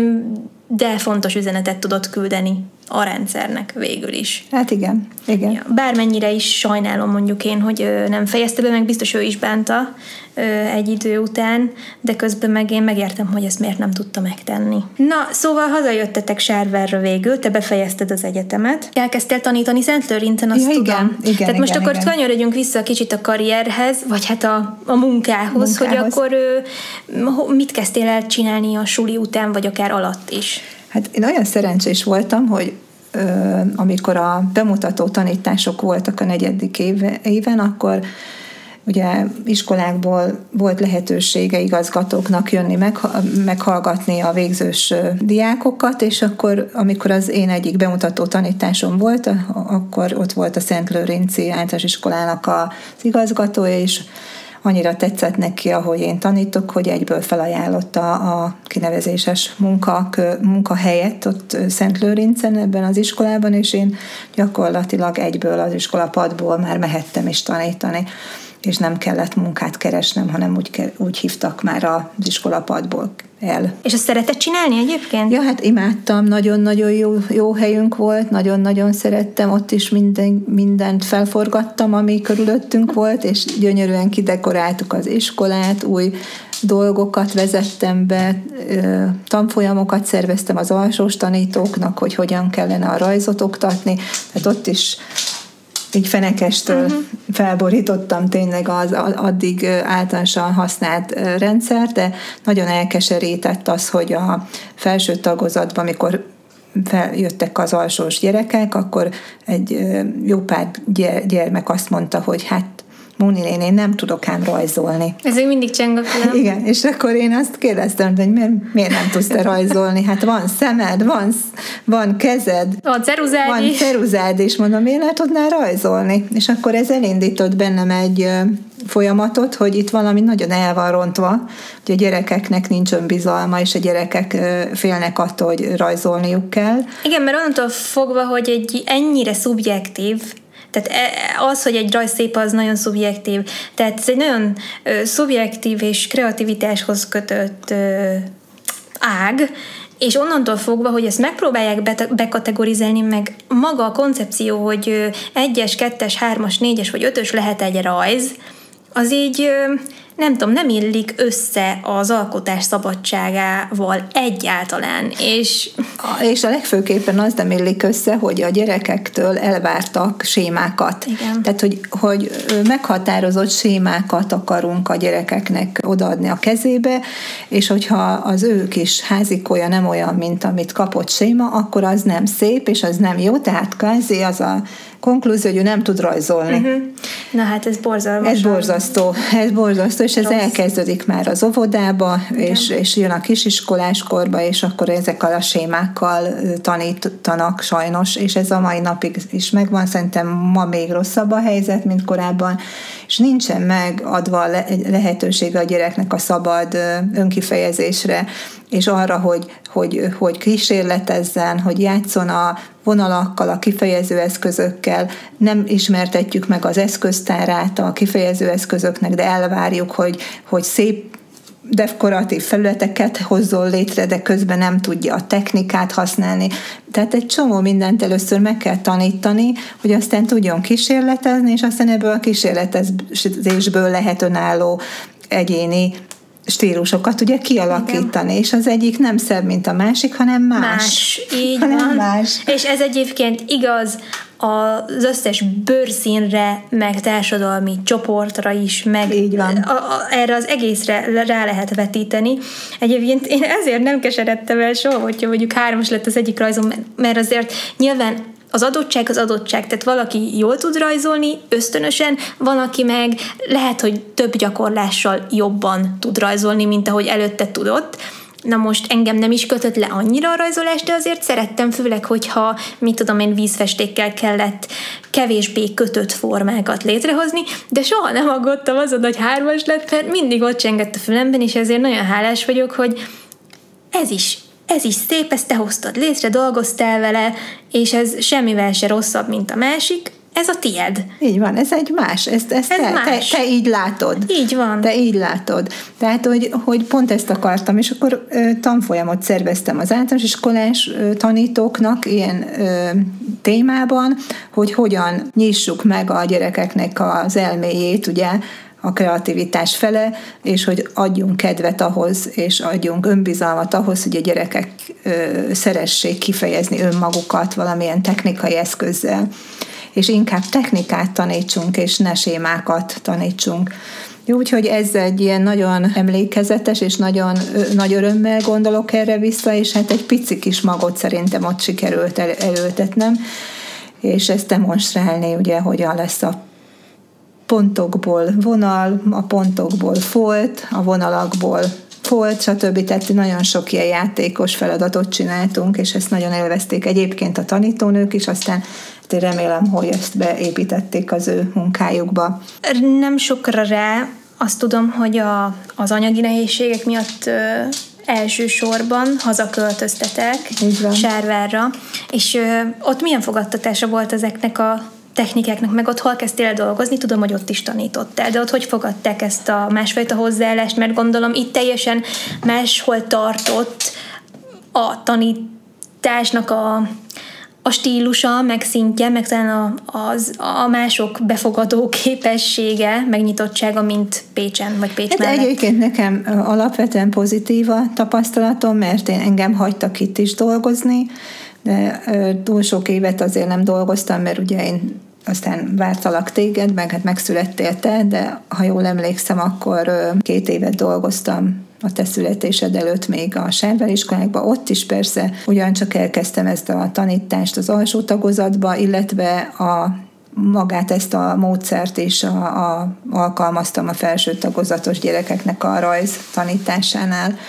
de fontos üzenetet tudott küldeni a rendszernek végül is. Hát igen, igen. Ja, bármennyire is sajnálom mondjuk én, hogy nem fejezte be, meg biztos ő is bánta egy idő után, de közben meg én megértem, hogy ezt miért nem tudta megtenni. Na, szóval hazajöttetek Sárvárra végül, te befejezted az egyetemet. Elkezdtél tanítani Szentlőrincen, azt ja, tudom. Igen, igen, Tehát most igen, akkor igen. kanyarodjunk vissza kicsit a karrierhez, vagy hát a, a munkához, munkához, hogy akkor mit kezdtél el csinálni a suli után, vagy akár alatt is? Hát én olyan szerencsés voltam, hogy amikor a bemutató tanítások voltak a negyedik éven, akkor ugye iskolákból volt lehetősége igazgatóknak jönni, meghallgatni a végzős diákokat, és akkor, amikor az én egyik bemutató tanításom volt, akkor ott volt a Szentlőrinci Általános Iskolának az igazgatója, és annyira tetszett neki, ahogy én tanítok, hogy egyből felajánlotta a kinevezéses munka, munkahelyet ott Szentlőrincen ebben az iskolában, és én gyakorlatilag egyből az iskolapadból már mehettem is tanítani, és nem kellett munkát keresnem, hanem úgy, úgy hívtak már az iskolapadból el. És azt szeretett csinálni egyébként? Ja, hát imádtam, nagyon-nagyon jó, jó helyünk volt, nagyon-nagyon szerettem, ott is minden, mindent felforgattam, ami körülöttünk volt, és gyönyörűen kidekoráltuk az iskolát, új dolgokat vezettem be, tanfolyamokat szerveztem az alsós tanítóknak, hogy hogyan kellene a rajzot oktatni, tehát ott is így fenekestől uh-huh. felborítottam tényleg az addig általánosan használt rendszert, de nagyon elkeserített az, hogy a felső tagozatban, amikor feljöttek az alsós gyerekek, akkor egy jó pár gyermek azt mondta, hogy hát Móni néni, én nem tudok ám rajzolni. Ez még mindig cseng a fülem. Igen, és akkor én azt kérdeztem, hogy miért, miért nem tudsz te rajzolni? Hát van szemed, van, van kezed, van ceruzád van is. ceruzád is, mondom, miért nem tudnál rajzolni? És akkor ez elindított bennem egy folyamatot, hogy itt valami nagyon el van rontva, hogy a gyerekeknek nincs önbizalma, és a gyerekek félnek attól, hogy rajzolniuk kell. Igen, mert onnantól fogva, hogy egy ennyire szubjektív, tehát az, hogy egy rajz szép, az nagyon szubjektív. Tehát ez egy nagyon ö, szubjektív és kreativitáshoz kötött ö, ág, és onnantól fogva, hogy ezt megpróbálják bekategorizálni, meg maga a koncepció, hogy egyes, kettes, hármas, négyes vagy ötös lehet egy rajz, az így ö, nem tudom, nem illik össze az alkotás szabadságával egyáltalán, és... És a legfőképpen az nem illik össze, hogy a gyerekektől elvártak sémákat. Igen. Tehát, hogy, hogy meghatározott sémákat akarunk a gyerekeknek odaadni a kezébe, és hogyha az ő kis házikója nem olyan, mint amit kapott séma, akkor az nem szép, és az nem jó, tehát kvázi az a konklúzió, hogy ő nem tud rajzolni. Uh-huh. Na hát ez borzalmas. Ez borzasztó, ez borzasztó, és ez Rossz. Elkezdődik már az óvodába, és, és jön a kisiskoláskorba, és akkor ezekkel a sémákkal tanítanak sajnos, és ez a mai napig is megvan, szerintem ma még rosszabb a helyzet, mint korábban, és nincsen megadva lehetősége a gyereknek a szabad önkifejezésre, és arra, hogy, hogy, hogy kísérletezzen, hogy játszon a vonalakkal, a kifejező eszközökkel, nem ismertetjük meg az eszköztárát a kifejező eszközöknek, de elvárjuk, hogy, hogy szép dekoratív felületeket hozzon létre, de közben nem tudja a technikát használni. Tehát egy csomó mindent először meg kell tanítani, hogy aztán tudjon kísérletezni, és aztán ebből a kísérletezésből lehet önálló egyéni stílusokat ugye kialakítani, igen. És az egyik nem szebb, mint a másik, hanem más. Más, így hanem van. Más. És ez egyébként igaz az összes bőrszínre, meg társadalmi csoportra is, meg így van. A, a, erre az egészre rá lehet vetíteni. Egyébként én ezért nem keseredtem el soha, hogyha mondjuk hármas lett az egyik rajzom, mert azért nyilván az adottság az adottság, tehát valaki jól tud rajzolni, ösztönösen, van, aki meg lehet, hogy több gyakorlással jobban tud rajzolni, mint ahogy előtte tudott. Na most engem nem is kötött le annyira a rajzolás, de azért szerettem, főleg, hogyha, mit tudom én, vízfestékkel kellett kevésbé kötött formákat létrehozni, de soha nem aggódtam azon, hogy hármas lett, mert mindig ott csengett a fülemben, és ezért nagyon hálás vagyok, hogy ez is Ez is szép, ezt te hoztad létre, dolgoztál vele, és ez semmivel se rosszabb, mint a másik, ez a tied. Így van, ez egy más, ezt, ezt ez te, más. Te, te így látod. Így van. Te így látod. Tehát, hogy, hogy pont ezt akartam, és akkor ö, tanfolyamot szerveztem az általános iskolás ö, tanítóknak ilyen ö, témában, hogy hogyan nyissuk meg a gyerekeknek az elméjét, ugye, a kreativitás fele, és hogy adjunk kedvet ahhoz, és adjunk önbizalmat ahhoz, hogy a gyerekek ö, szeressék kifejezni önmagukat valamilyen technikai eszközzel, és inkább technikát tanítsunk, és ne sémákat tanítsunk. Jó, úgyhogy ez egy ilyen nagyon emlékezetes, és nagyon nagy örömmel gondolok erre vissza, és hát egy pici kis magot szerintem ott sikerült el, elültetnem, és ezt demonstrálni, ugye, hogyan lesz a pontokból vonal, a pontokból folt, a vonalakból folt, stb. Tehát nagyon sok ilyen játékos feladatot csináltunk, és ezt nagyon élvezték egyébként a tanítónők is, aztán én remélem, hogy ezt beépítették az ő munkájukba. Nem sokra rá azt tudom, hogy a, az anyagi nehézségek miatt ö, elsősorban hazaköltöztetek Sárvárra, és ö, ott milyen fogadtatása volt ezeknek a technikáknak, meg ott hol kezdtél el dolgozni? Tudom, hogy ott is tanítottál, de ott hogy fogadták ezt a másfajta hozzáállást, mert gondolom itt teljesen máshol tartott a tanításnak a a stílusa, meg szintje, meg talán a, az, a mások befogadó képessége, megnyitottsága, mint Pécsen, vagy Pécs hát mellett. Egyébként nekem alapvetően pozitív a tapasztalatom, mert én engem hagytak itt is dolgozni, de túl sok évet azért nem dolgoztam, mert ugye én aztán vártalak téged, meg hát megszülettél te, de ha jól emlékszem, akkor két évet dolgoztam a te születésed előtt még a Sárvár iskolákban, ott is persze ugyancsak elkezdtem ezt a tanítást az alsó tagozatba, illetve a magát ezt a módszert is a, a, alkalmaztam a felső tagozatos gyerekeknek a rajz tanításánál.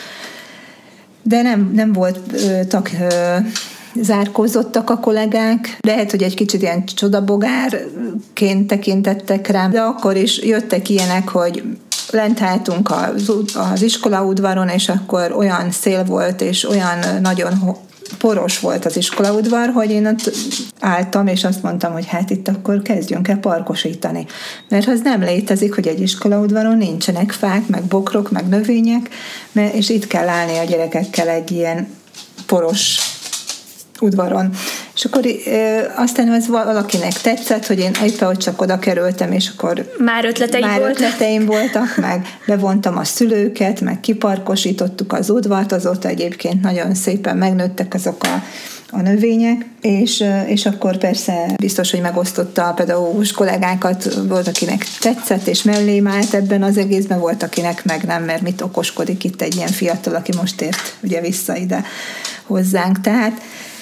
De nem, nem voltak zárkózottak a kollégák, lehet, hogy egy kicsit ilyen csodabogárként tekintettek rám, de akkor is jöttek ilyenek, hogy lent álltunk az, az iskolaudvaron, és akkor olyan szél volt, és olyan nagyon poros volt az iskolaudvar, hogy én ott álltam, és azt mondtam, hogy hát itt akkor kezdjünk el parkosítani. Mert az nem létezik, hogy egy iskolaudvaron nincsenek fák, meg bokrok, meg növények, és itt kell állni a gyerekekkel egy ilyen poros udvaron. És akkor e, aztán az valakinek tetszett, hogy én éppen ott csak oda kerültem, és akkor már ötleteim, már volt. ötleteim voltak, meg bevontam a szülőket, meg kiparkosítottuk az udvart, azóta egyébként nagyon szépen megnőttek azok a, a növények, és, és akkor persze biztos, hogy megosztotta a pedagógus kollégákat, volt, akinek tetszett, és mellém állt ebben az egészben, volt, akinek meg nem, mert mit okoskodik itt egy ilyen fiatal, aki most ért ugye vissza ide hozzánk. Tehát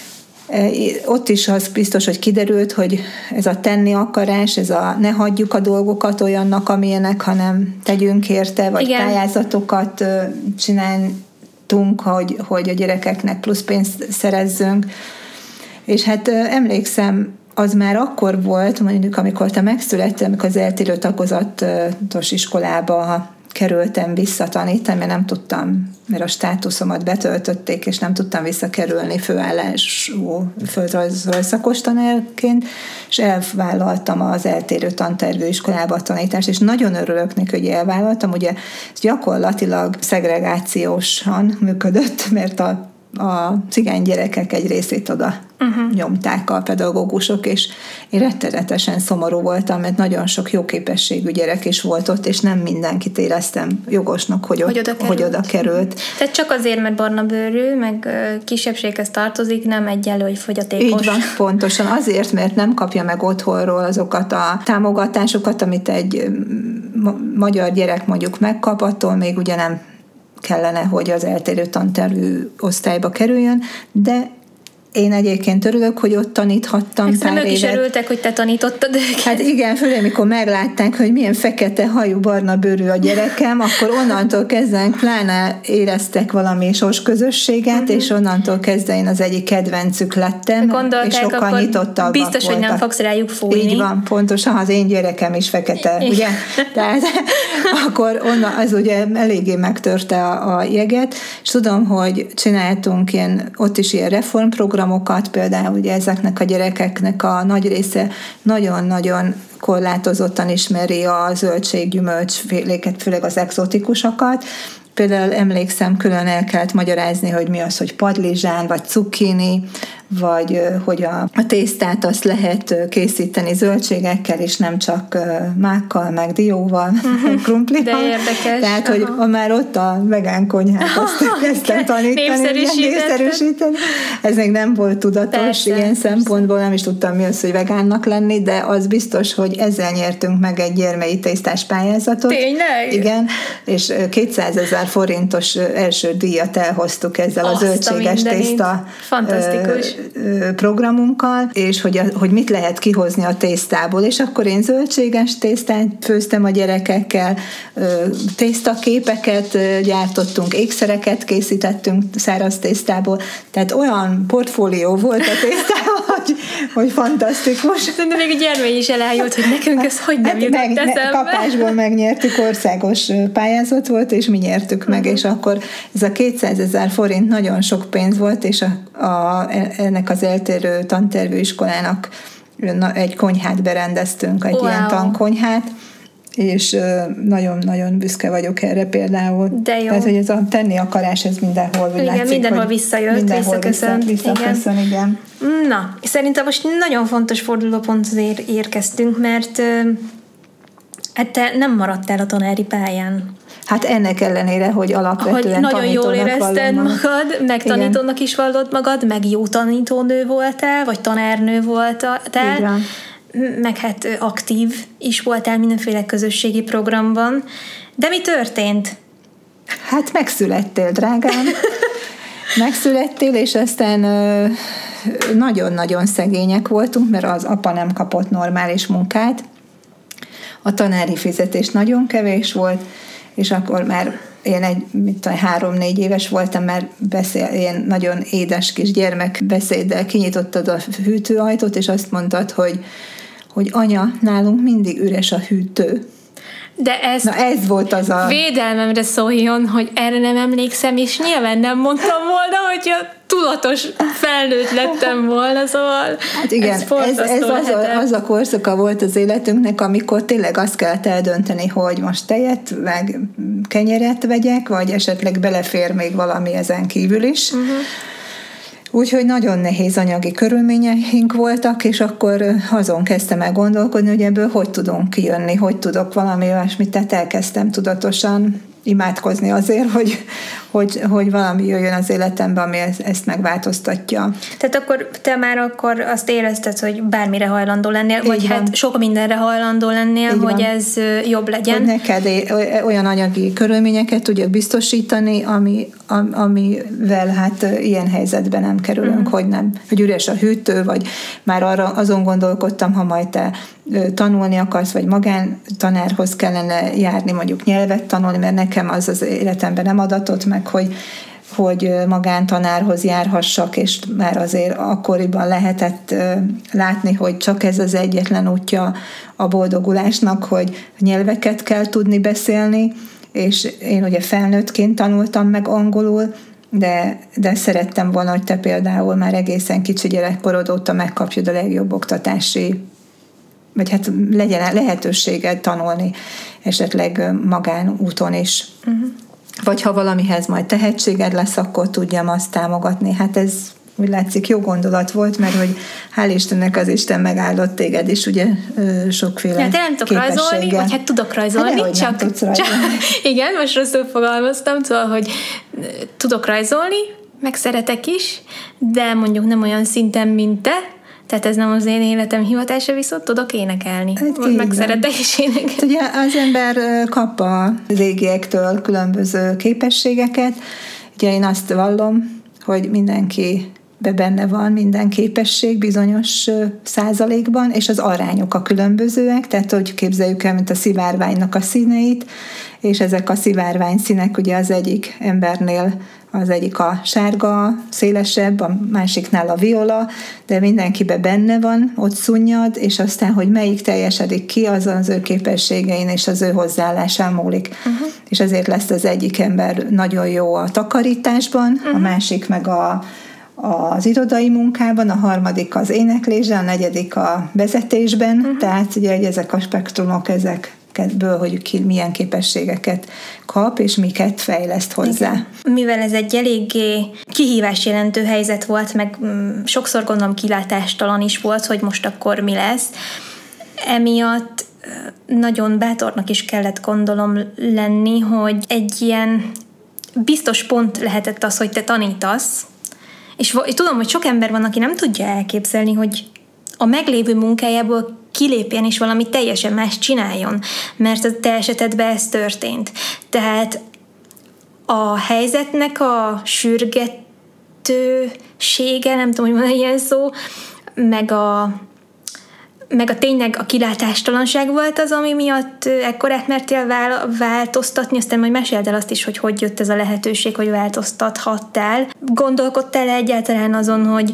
ott is az biztos, hogy kiderült, hogy ez a tenni akarás, ez a ne hagyjuk a dolgokat olyannak, amilyenek, hanem tegyünk érte, vagy igen, pályázatokat csináltunk, hogy, hogy a gyerekeknek plusz pénzt szerezzünk. És hát emlékszem, az már akkor volt, mondjuk amikor te megszülettél, amikor az eltérő tagozatos iskolába kerültem vissza tanítani, mert nem tudtam, mert a státuszomat betöltötték, és nem tudtam visszakerülni főállású földrajzszakos tanárként, és elvállaltam az eltérő tantervű iskolába a tanítást, és nagyon örülök neki, hogy elvállaltam, ugye gyakorlatilag szegregációsan működött, mert a a cigány gyerekek egy részét oda uh-huh. nyomták a pedagógusok, és én rettenetesen szomorú voltam, mert nagyon sok jó képességű gyerek is volt ott, és nem mindenkit éreztem jogosnak, hogy, hogy, ott, oda, került. hogy oda került. Tehát csak azért, mert barna bőrű, meg kisebbséghez tartozik, nem egyenlő, hogy fogyatékos. Így van, pontosan azért, mert nem kapja meg otthonról azokat a támogatásokat, amit egy magyar gyerek mondjuk megkap, attól még ugye nem kellene, hogy az eltérő tantervű osztályba kerüljön, de én egyébként örülök, hogy ott taníthattam Ezt pár évet. Ők is örültek, hogy te tanítottad őket. Hát igen, főleg, amikor meglátták, hogy milyen fekete hajú, barna bőrű a gyerekem, akkor onnantól kezdve pláne éreztek valami sorsközösséget, uh-huh. és onnantól kezdve én az egyik kedvencük lettem, gondolták, és sokkal nyitottabbak biztos, voltak. hogy nem fogsz rájuk fújni. Így van, pontosan, az én gyerekem is fekete, ugye? Tehát akkor onnan, az ugye eléggé megtörte a, a jeget, és tudom, hogy csináltunk ilyen, ott is ilyen reformprogram, például ugye ezeknek a gyerekeknek a nagy része nagyon-nagyon korlátozottan ismeri a zöldség-gyümölcsféléket, főleg az exotikusokat. Például emlékszem, külön el kellett magyarázni, hogy mi az, hogy padlizsán, vagy cukkini, vagy hogy a, a tésztát azt lehet készíteni zöldségekkel, és nem csak mákkal, meg dióval, uh-huh. krumplival. De érdekes. Tehát, hogy aha. már ott a vegán konyhát azt kezdtem tanítani, népszerűsíteni. Ez még nem volt tudatos persze, ilyen persze. szempontból, nem is tudtam mi az, hogy vegánnak lenni, de az biztos, hogy ezzel nyertünk meg egy gyermei tésztás pályázatot. Tényleg? Igen, és kétszázezer forintos első díjat elhoztuk ezzel azt a zöldséges tészta programunkkal, és hogy, a, hogy mit lehet kihozni a tésztából, és akkor én zöldséges tésztát főztem a gyerekekkel, tésztaképeket gyártottunk, ékszereket készítettünk száraz tésztából, tehát olyan portfólió volt a tésztában, hogy, hogy fantasztikus. De még a gyermely is elájult, hogy nekünk ez hogy nem hát jutott meg, eszembe. Kapásból megnyertük, országos pályázat volt, és mi nyertük meg, uh-huh. és akkor ez a kétszázezer forint nagyon sok pénz volt, és a, a, ennek az eltérő tantervű iskolának egy konyhát berendeztünk, egy wow. ilyen tankonyhát, és nagyon-nagyon büszke vagyok erre például. De jó. Tehát, hogy ez a tenni akarás, ez mindenhol igen, látszik, mindenhol visszajött, mindenhol visszaköszönt. Vissza, visszaköszön, igen. igen. Na, szerintem most nagyon fontos fordulóponthoz ér, érkeztünk, mert hát te nem maradtál a tanári pályán. Hát ennek ellenére, hogy alapvetően hogy nagyon jól érezted magad, meg tanítónak igen. is vallod magad, meg jó tanítónő voltál, vagy tanárnő voltál, meg hát aktív is voltál mindenféle közösségi programban. De mi történt? Hát megszülettél, drágám. Megszülettél, és aztán nagyon-nagyon szegények voltunk, mert az apa nem kapott normális munkát. A tanári fizetés nagyon kevés volt, és akkor már én egy, mit tudom, három-négy éves voltam, már beszél, ilyen nagyon édes kis gyermek beszéddel kinyitottad a hűtőajtót, és azt mondtad, hogy, hogy anya, nálunk mindig üres a hűtő. De ez, Na ez volt az a... védelmemre szóljon, hogy erre nem emlékszem, és nyilván nem mondtam volna, hogyha tudatos felnőtt lettem volna, szóval hát igen, ez, ez, ez az, a, az a korszaka volt az életünknek, amikor tényleg azt kellett eldönteni, hogy most tejet, meg kenyeret vegyek, vagy esetleg belefér még valami ezen kívül is. Uh-huh. Úgyhogy nagyon nehéz anyagi körülményeink voltak, és akkor azon kezdtem el gondolkodni, hogy ebből hogy tudunk kijönni, hogy tudok valami olyasmit, tehát elkezdtem tudatosan imádkozni azért, hogy, hogy, hogy valami jöjjön az életembe, ami ezt megváltoztatja. Tehát akkor te már akkor azt érezted, hogy bármire hajlandó lennél, így vagy van. Hát sok mindenre hajlandó lennél, így hogy van. Ez jobb legyen. Hogy neked olyan anyagi körülményeket tudjak biztosítani, ami, amivel hát ilyen helyzetben nem kerülünk, uh-huh. hogy nem, hogy üres a hűtő, vagy már arra azon gondolkodtam, ha majd te tanulni akarsz, vagy magántanárhoz kellene járni, mondjuk nyelvet tanulni, mert nekem az az életemben nem adatott meg, hogy, hogy magántanárhoz járhassak, és már azért akkoriban lehetett látni, hogy csak ez az egyetlen útja a boldogulásnak, hogy nyelveket kell tudni beszélni, és én ugye felnőttként tanultam meg angolul, de, de szerettem volna, hogy te például már egészen kicsi gyerekkorod óta megkapjad a legjobb oktatási, vagy hát legyen lehetőséged tanulni esetleg magánúton is. Uh-huh. Vagy ha valamihez majd tehetséged lesz, akkor tudjam azt támogatni. Hát ez úgy látszik jó gondolat volt, mert hogy hál' Istennek az Isten megáldott téged is, ugye sokféle hát nem tudok rajzolni, vagy hát tudok rajzolni, hát csak, rajzolni. csak igen, most rosszul fogalmaztam, szóval, hogy tudok rajzolni, meg szeretek is, de mondjuk nem olyan szinten, mint te. Tehát ez nem az én életem hivatása, viszont tudok énekelni. Hát meg szeretek is énekelni. Hát ugye az ember kap a régiektől különböző képességeket. Ugye én azt vallom, hogy mindenki benne van minden képesség bizonyos százalékban, és az arányok a különbözőek, tehát hogy képzeljük el, mint a szivárványnak a színeit, és ezek a szivárvány színek ugye az egyik embernél az egyik a sárga, szélesebb, a másiknál a viola, de mindenkiben benne van, ott szunnyad, és aztán, hogy melyik teljesedik ki, az az ő képességein és az ő hozzáállásán múlik. Uh-huh. És ezért lesz az egyik ember nagyon jó a takarításban, uh-huh. a másik meg a az irodai munkában, a harmadik az éneklésben, a negyedik a vezetésben, uh-huh. tehát ugye ezek a spektrumok, ezek helyzetekből, hogy ki milyen képességeket kap, és miket fejleszt hozzá. Igen. Mivel ez egy eléggé kihívás jelentő helyzet volt, meg mm, sokszor gondolom kilátástalan is volt, hogy most akkor mi lesz, emiatt nagyon bátornak is kellett gondolom lenni, hogy egy ilyen biztos pont lehetett az, hogy te tanítasz, és tudom, hogy sok ember van, aki nem tudja elképzelni, hogy a meglévő munkájából kilépjen és valami teljesen más csináljon, mert a te esetedben ez történt. Tehát a helyzetnek a sürgetősége, nem tudom, hogy van ilyen szó, meg a meg a tényleg a kilátástalanság volt az, ami miatt ekkorát mertél változtatni, aztán majd meséld el azt is, hogy hogy jött ez a lehetőség, hogy változtathattál. Gondolkodtál egyáltalán azon, hogy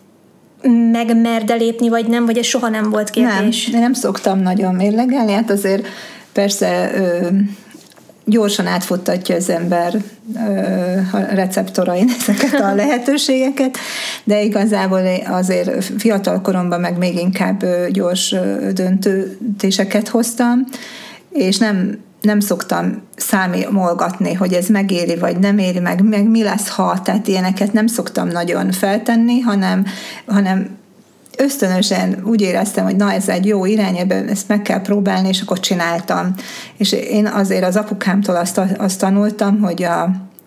megmerd-e lépni, vagy nem, vagy ez soha nem volt kérdés? Nem, nem szoktam nagyon mérlegelni, hát azért persze ö, gyorsan átfuttatja az ember ö, a receptorain ezeket a lehetőségeket, de igazából azért fiatal koromban meg még inkább gyors döntéseket hoztam, és nem, nem szoktam számolgatni, hogy ez megéri, vagy nem éri, meg, meg mi lesz, ha, tehát ilyeneket nem szoktam nagyon feltenni, hanem, hanem ösztönösen úgy éreztem, hogy na, ez egy jó irány, ebben ezt meg kell próbálni, és akkor csináltam. És én azért az apukámtól azt, azt tanultam, hogy a,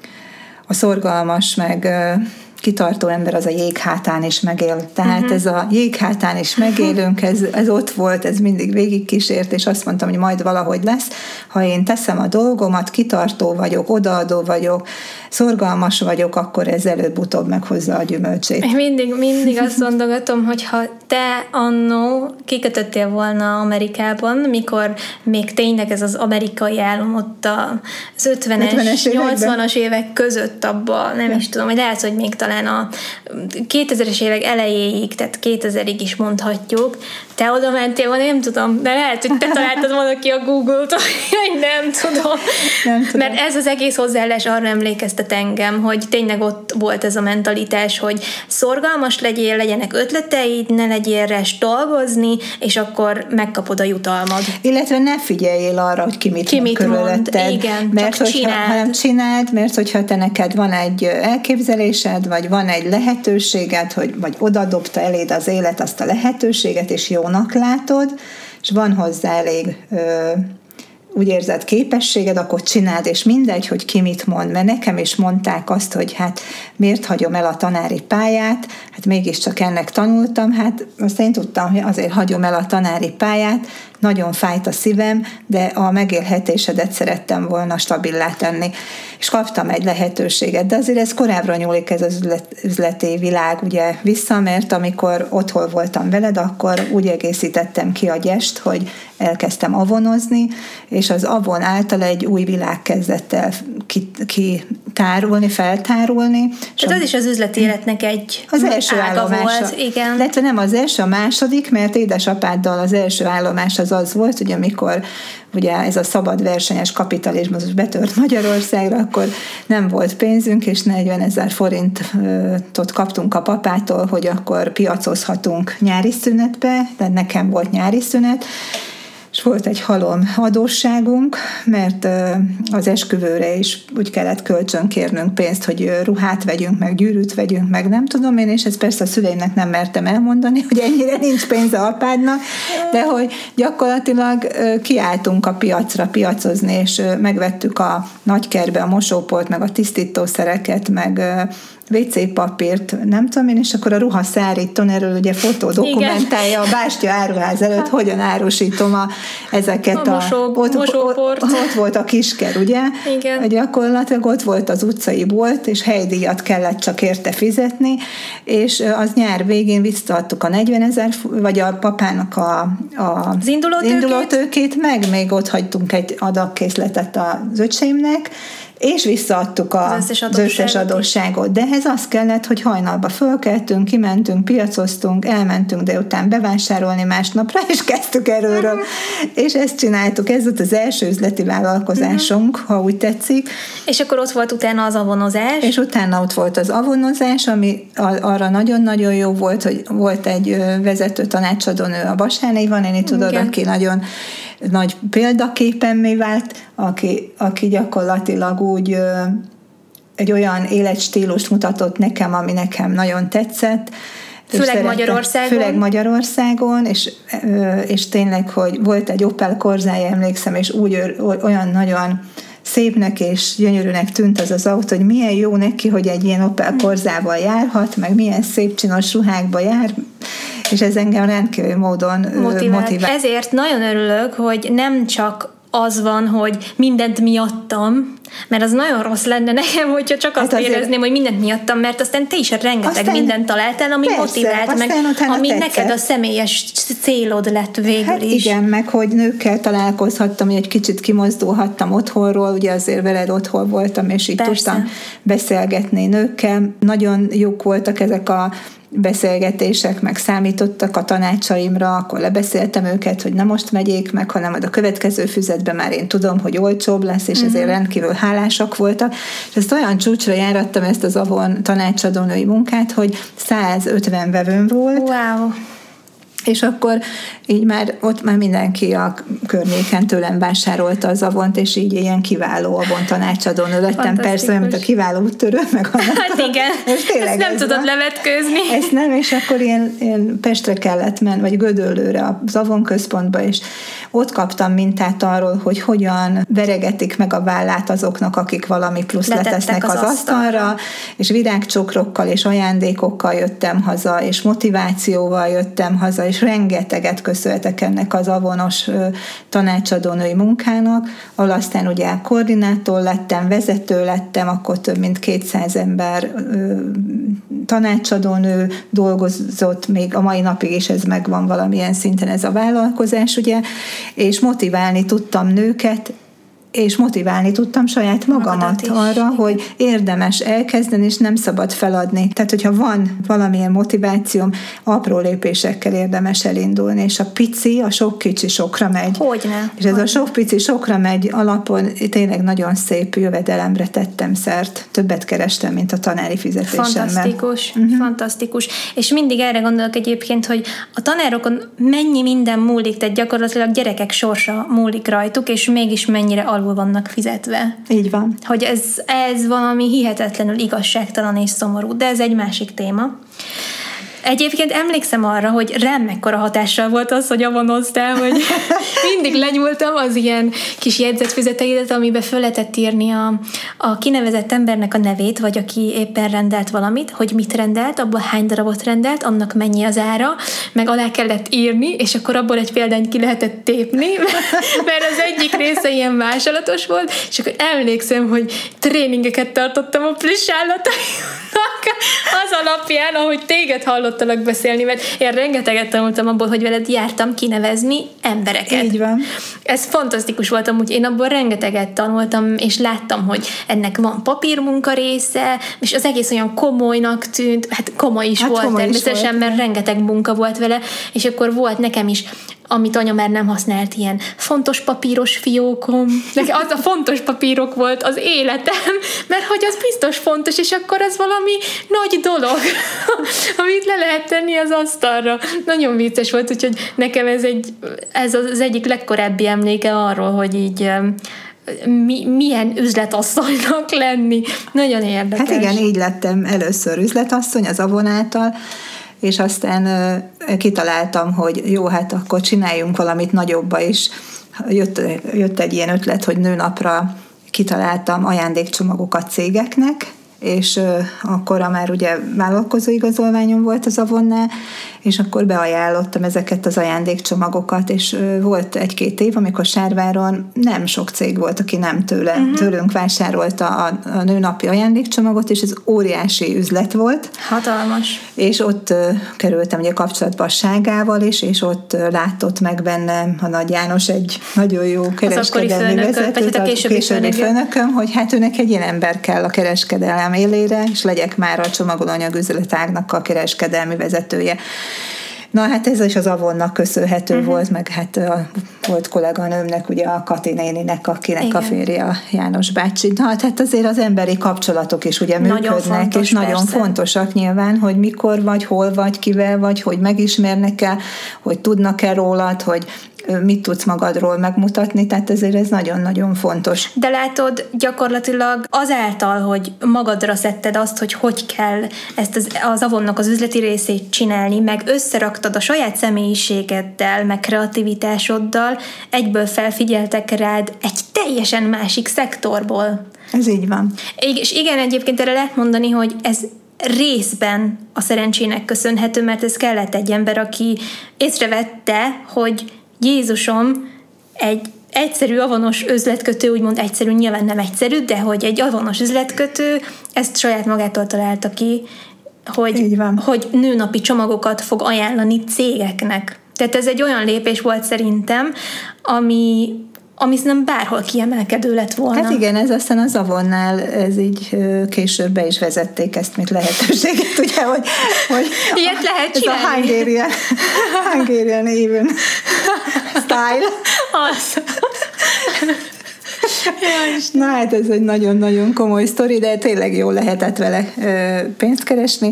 a szorgalmas, meg kitartó ember az a jéghátán is megél. Tehát uh-huh. ez a jéghátán is megélünk, ez, ez ott volt, ez mindig végigkísért, és azt mondtam, hogy majd valahogy lesz. Ha én teszem a dolgomat, kitartó vagyok, odaadó vagyok, szorgalmas vagyok, akkor ez előbb-utóbb meghozza a gyümölcsét. Én mindig, mindig azt mondogatom, hogy ha te annó kikötöttél volna Amerikában, mikor még tényleg ez az amerikai álom ott az ötvenes, nyolcvanas évek között abba, nem ja. is tudom, hogy lehet, hogy még talán a kétezres évek elejéig, tehát kétezerig is mondhatjuk, te oda mentél volna, nem tudom, de lehet, hogy te találtad volna ki a Google-t, hogy nem tudom. nem tudom. Mert ez az egész hozzáállás arra emlékeztet engem, hogy tényleg ott volt ez a mentalitás, hogy szorgalmas legyél, legyenek ötleteid, ne legyél res dolgozni, és akkor megkapod a jutalmad. Illetve ne figyeljél arra, hogy ki mit, ki mond mit körülötted. Mond, igen, mert csak hogyha, csináld. hanem csináld, mert hogyha te neked van egy elképzelésed, vagy van egy lehetőséged, hogy, vagy odadobta eléd az élet azt a lehetőséget, és jónak látod, és van hozzá elég ö, úgy érzed képességed, akkor csináld, és mindegy, hogy ki mit mond, mert nekem is mondták azt, hogy hát miért hagyom el a tanári pályát, hát mégiscsak ennek tanultam, hát azt én tudtam, hogy azért hagyom el a tanári pályát, nagyon fájt a szívem, de a megélhetésedet szerettem volna stabilá tenni. És kaptam egy lehetőséget, de azért ez korábbra nyúlik ez az üzleti világ ugye vissza, mert amikor otthon voltam veled, akkor úgy egészítettem ki a gyest, hogy elkezdtem avonozni, és az avon által egy új világ kezdett el kitárulni, feltárulni. Tehát az is az üzleti életnek egy az első állomása. Volt, igen. De nem az első, a második, mert édesapáddal az első állomás az az volt, hogy amikor ugye ez a szabad versenyes kapitalizmus betört Magyarországra, akkor nem volt pénzünk, és negyvenezer forintot kaptunk a papától, hogy akkor piacozhatunk nyári szünetbe, de nekem volt nyári szünet, és volt egy halom adósságunk, mert az esküvőre is úgy kellett kölcsönkérnünk pénzt, hogy ruhát vegyünk, meg gyűrűt vegyünk, meg nem tudom én, és ezt persze a szüleimnek nem mertem elmondani, hogy ennyire nincs pénze apádnak, de hogy gyakorlatilag kiálltunk a piacra piacozni, és megvettük a nagykertbe a mosóport, meg a tisztítószereket, meg vé cé papírt, nem tudom én, és akkor a ruhaszárítón erről ugye fotó dokumentálja a Bástya áruház előtt, hogyan árusítom a, ezeket a... a mosó, ott, mosóport. Ott, ott volt a kisker, ugye? Igen. Gyakorlatilag ott volt az utcai bolt, és helydíjat kellett csak érte fizetni, és az nyár végén visszaadtuk a negyvenezer, vagy a papának a, a az indulótőkét. indulótőkét, meg még ott hagytunk egy adagkészletet az öcsémnek, és visszaadtuk a, az összes, az összes adósságot. De ehhez az kellett, hogy hajnalba fölkeltünk, kimentünk, piacoztunk, elmentünk délután bevásárolni másnapra, és kezdtük erőről. Uh-huh. És ezt csináltuk. Ez volt az első üzleti vállalkozásunk, uh-huh. ha úgy tetszik. És akkor ott volt utána az avonozás. És utána ott volt az avonozás, ami arra nagyon-nagyon jó volt, hogy volt egy vezető tanácsadónő, a Basáné Ivanéni, tudod, aki nagyon nagy példaképemmé vált, aki, aki gyakorlatilag úgy egy olyan életstílust mutatott nekem, ami nekem nagyon tetszett. Főleg Magyarországon. Főleg Magyarországon, és, és tényleg, hogy volt egy Opel Corsája, emlékszem, és úgy olyan nagyon szépnek és gyönyörűnek tűnt az az autó, hogy milyen jó neki, hogy egy ilyen Opel Corsával járhat, meg milyen szép csinos ruhákba jár, és ez engem rendkívül módon motivál. motivál. Ezért nagyon örülök, hogy nem csak az van, hogy mindent miattam, mert az nagyon rossz lenne nekem, hogyha csak azt hát érezném, hogy mindent miattam, mert aztán te is rengeteg aztán, mindent találtál, ami persze, motivált, meg ami tetszett. Neked a személyes célod lett végül hát is. Igen, meg hogy nőkkel találkozhattam, hogy egy kicsit kimozdulhattam otthonról, ugye azért veled otthon voltam, és így persze. tudtam beszélgetni nőkkel. Nagyon jók voltak ezek a beszélgetések, meg számítottak a tanácsaimra, akkor lebeszéltem őket, hogy nem most megyék meg, hanem a következő füzetben már én tudom, hogy olcsóbb lesz, és ezért uh-huh. rendkívül hálásak voltak. És ezt olyan csúcsra járattam, ezt az Avon tanácsadónői munkát, hogy százötven vevőm volt. Wow! És akkor így már ott már mindenki a környéken tőlem vásárolta az Avont, és így ilyen kiváló Avon tanácsadónő lettem. Persze olyan, mint a kiváló úttörő, meg a hát igen, ezt nem ez tudod van. levetkőzni. Ezt nem, és akkor ilyen, ilyen Pestre kellett menni, vagy Gödöllőre az Avon központba, és ott kaptam mintát arról, hogy hogyan veregetik meg a vállát azoknak, akik valami plusz Letettek letesznek az, az asztalra, és virágcsokrokkal és ajándékokkal jöttem haza, és motivációval jöttem haza, és rengeteget köszönhetek ennek az avonos tanácsadónői munkának, ahol aztán ugye koordinátor lettem, vezető lettem, akkor több mint kétszáz ember tanácsadónő dolgozott, még a mai napig is ez megvan valamilyen szinten ez a vállalkozás, ugye, és motiválni tudtam nőket, és motiválni tudtam saját magamat arra, hogy érdemes elkezdeni, és nem szabad feladni. Tehát, hogyha van valamilyen motivációm, apró lépésekkel érdemes elindulni, és a pici, a sok kicsi sokra megy. Hogyne. És ez Hogyne. a sok pici sokra megy alapon, tényleg nagyon szép jövedelemre tettem szert. Többet kerestem, mint a tanári fizetésemmel. Fantasztikus, uh-huh. fantasztikus. És mindig erre gondolok egyébként, hogy a tanárokon mennyi minden múlik, tehát gyakorlatilag gyerekek sorsa múlik rajtuk, és mégis mennyire alul vannak fizetve. Így van. Hogy ez, ez valami hihetetlenül igazságtalan és szomorú, de ez egy másik téma. Egyébként emlékszem arra, hogy rám mekkora hatással volt az, hogy avonoztál, hogy mindig lenyúltam az ilyen kis jegyzetfüzeteidet, amiben föl lehetett írni a, a kinevezett embernek a nevét, vagy aki éppen rendelt valamit, hogy mit rendelt, abból hány darabot rendelt, annak mennyi az ára, meg alá kellett írni, és akkor abból egy példányt ki lehetett tépni, mert az egyik része ilyen másolatos volt, és akkor emlékszem, hogy tréningeket tartottam a plusz állataimnak az alapján, ahogy téged hallottalak beszélni, mert én rengeteget tanultam abból, hogy veled jártam kinevezni embereket. Így van. Ez fantasztikus volt amúgy, én abból rengeteget tanultam, és láttam, hogy ennek van papírmunka része, és az egész olyan komolynak tűnt, hát komoly is hát volt komoly természetesen, is volt. Mert rengeteg munka volt vele, és akkor volt nekem is, amit anya már nem használt, ilyen fontos papíros fiókom. Nekem az a fontos papírok volt az életem, mert hogy az biztos fontos, és akkor az valami nagy dolog, amit le lehet tenni az asztalra. Nagyon vicces volt, úgyhogy nekem ez, egy, ez az egyik legkorábbi emléke arról, hogy így Mi, milyen üzletasszonynak lenni. Nagyon érdekes. Hát igen, így lettem először üzletasszony az Avon által, és aztán uh, kitaláltam, hogy jó, hát akkor csináljunk valamit nagyobba is. Jött, jött egy ilyen ötlet, hogy nőnapra kitaláltam ajándékcsomagokat cégeknek, és uh, akkor már ugye vállalkozó igazolványom volt az Avonnál, és akkor beajánlottam ezeket az ajándékcsomagokat, és uh, volt egy-két év, amikor Sárváron nem sok cég volt, aki nem tőle, uh-huh. tőlünk vásárolta a, a nőnapi ajándékcsomagot, és ez óriási üzlet volt. Hatalmas. És ott uh, kerültem ugye kapcsolatba a Ságával is, és ott uh, látott meg bennem a Nagy János egy nagyon jó kereskedelmi vezetőt, a későbbi, későbbi főnököm, hogy hát őnek egy ilyen ember kell a kereskedelem élére, és legyek már a csomagolóanyag üzletágnak a kereskedelmi vezetője. Na hát ez is az Avonnak köszönhető uh-huh. volt, meg hát a, volt kolléganőmnek, ugye a Kati néninek, akinek Igen. a férje a János bácsi. Na hát azért az emberi kapcsolatok is ugye nagyon működnek, fontos, és persze. nagyon fontosak nyilván, hogy mikor vagy, hol vagy, kivel vagy, hogy megismernek-e, hogy tudnak-e rólad, hogy mit tudsz magadról megmutatni, tehát ezért ez nagyon-nagyon fontos. De látod, gyakorlatilag azáltal, hogy magadra szedted azt, hogy hogy kell ezt az, az Avonnak az üzleti részét csinálni, meg összeraktad a saját személyiségeddel, meg kreativitásoddal, egyből felfigyeltek rád egy teljesen másik szektorból. Ez így van. És igen, egyébként erre lehet mondani, hogy ez részben a szerencsének köszönhető, mert ez kellett egy ember, aki észrevette, hogy Jézusom egy egyszerű avonos üzletkötő, úgymond egyszerű, nyilván nem egyszerű, de hogy egy avonos üzletkötő ezt saját magától találta ki, hogy, hogy nőnapi csomagokat fog ajánlani cégeknek. Tehát ez egy olyan lépés volt szerintem, ami ami nem bárhol kiemelkedő lett volna. Hát igen, ez aztán az Avonnál, ez így később be is vezették ezt, mint lehetőséget, ugye, hogy, hogy ilyet lehet ez csinálni. a Hungarian, Hungarian even style. Az. Na hát ez egy nagyon-nagyon komoly sztori, de tényleg jól lehetett vele pénzt keresni.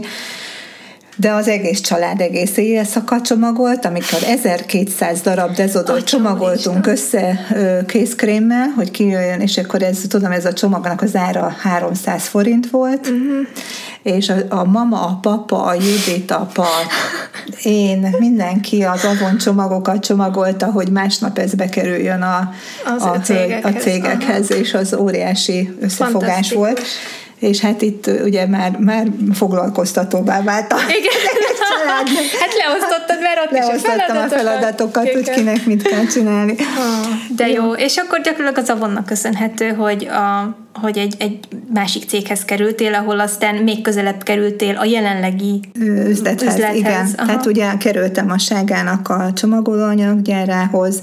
De az egész család egész éjjel-szaka csomagolt, amikor ezerkétszáz darab dezodort csomagoltunk össze kézkrémmel, hogy kijöjjön, és akkor ez, tudom, ez a csomagnak az ára háromszáz forint volt, uh-huh. és a, a mama, a papa, a Judit apa, én, mindenki az Avon csomagokat csomagolta, hogy másnap ez bekerüljön a, a, a cégekhez, a cégekhez és az óriási összefogás volt. És hát itt ugye már, már foglalkoztatóvá vált a család. Hát leosztottad, mert ott Leosztottam a feladatokat, hogy kinek mit kell csinálni. De jó, és akkor gyakorlatilag az Avonnak köszönhető, hogy, a, hogy egy, egy másik céghez kerültél, ahol aztán még közelebb kerültél a jelenlegi üzlethez. üzlethez. Igen, aha. Tehát ugye kerültem a Ságának a csomagolóanyaggyárához,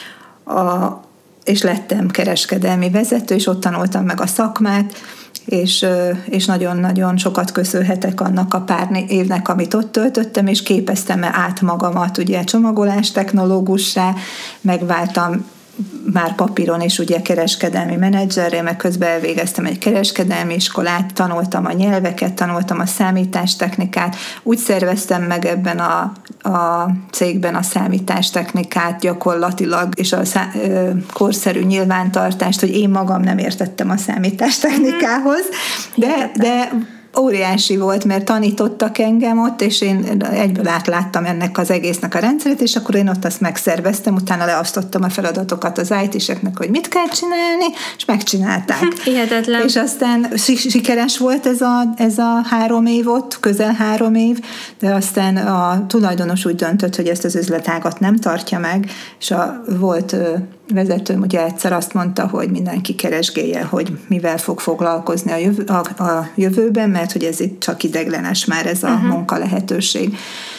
a, és lettem kereskedelmi vezető, és ott tanultam meg a szakmát, és, és nagyon-nagyon sokat köszönhetek annak a pár évnek, amit ott töltöttem, és képeztem át magamat ugye csomagolás technológussá, megváltam már papíron is ugye kereskedelmi menedzserré, meg közben elvégeztem egy kereskedelmi iskolát, tanultam a nyelveket, tanultam a számítástechnikát, úgy szerveztem meg ebben a, a cégben a számítástechnikát gyakorlatilag, és a szá, ö, korszerű nyilvántartást, hogy én magam nem értettem a számítástechnikához, de, de óriási volt, mert tanítottak engem ott, és én egyből átláttam ennek az egésznek a rendszerét, és akkor én ott azt megszerveztem, utána leosztottam a feladatokat az í té-seknek, hogy mit kell csinálni, és megcsinálták. Hihetetlen. És aztán sikeres volt ez a, ez a három év ott, közel három év, de aztán a tulajdonos úgy döntött, hogy ezt az üzletágat nem tartja meg, és a, volt vezetőm ugye egyszer azt mondta, hogy mindenki keresgélje, hogy mivel fog foglalkozni a, jövő, a, a jövőben, mert hogy ez itt csak ideglenes már ez a uh-huh. munka lehetőség.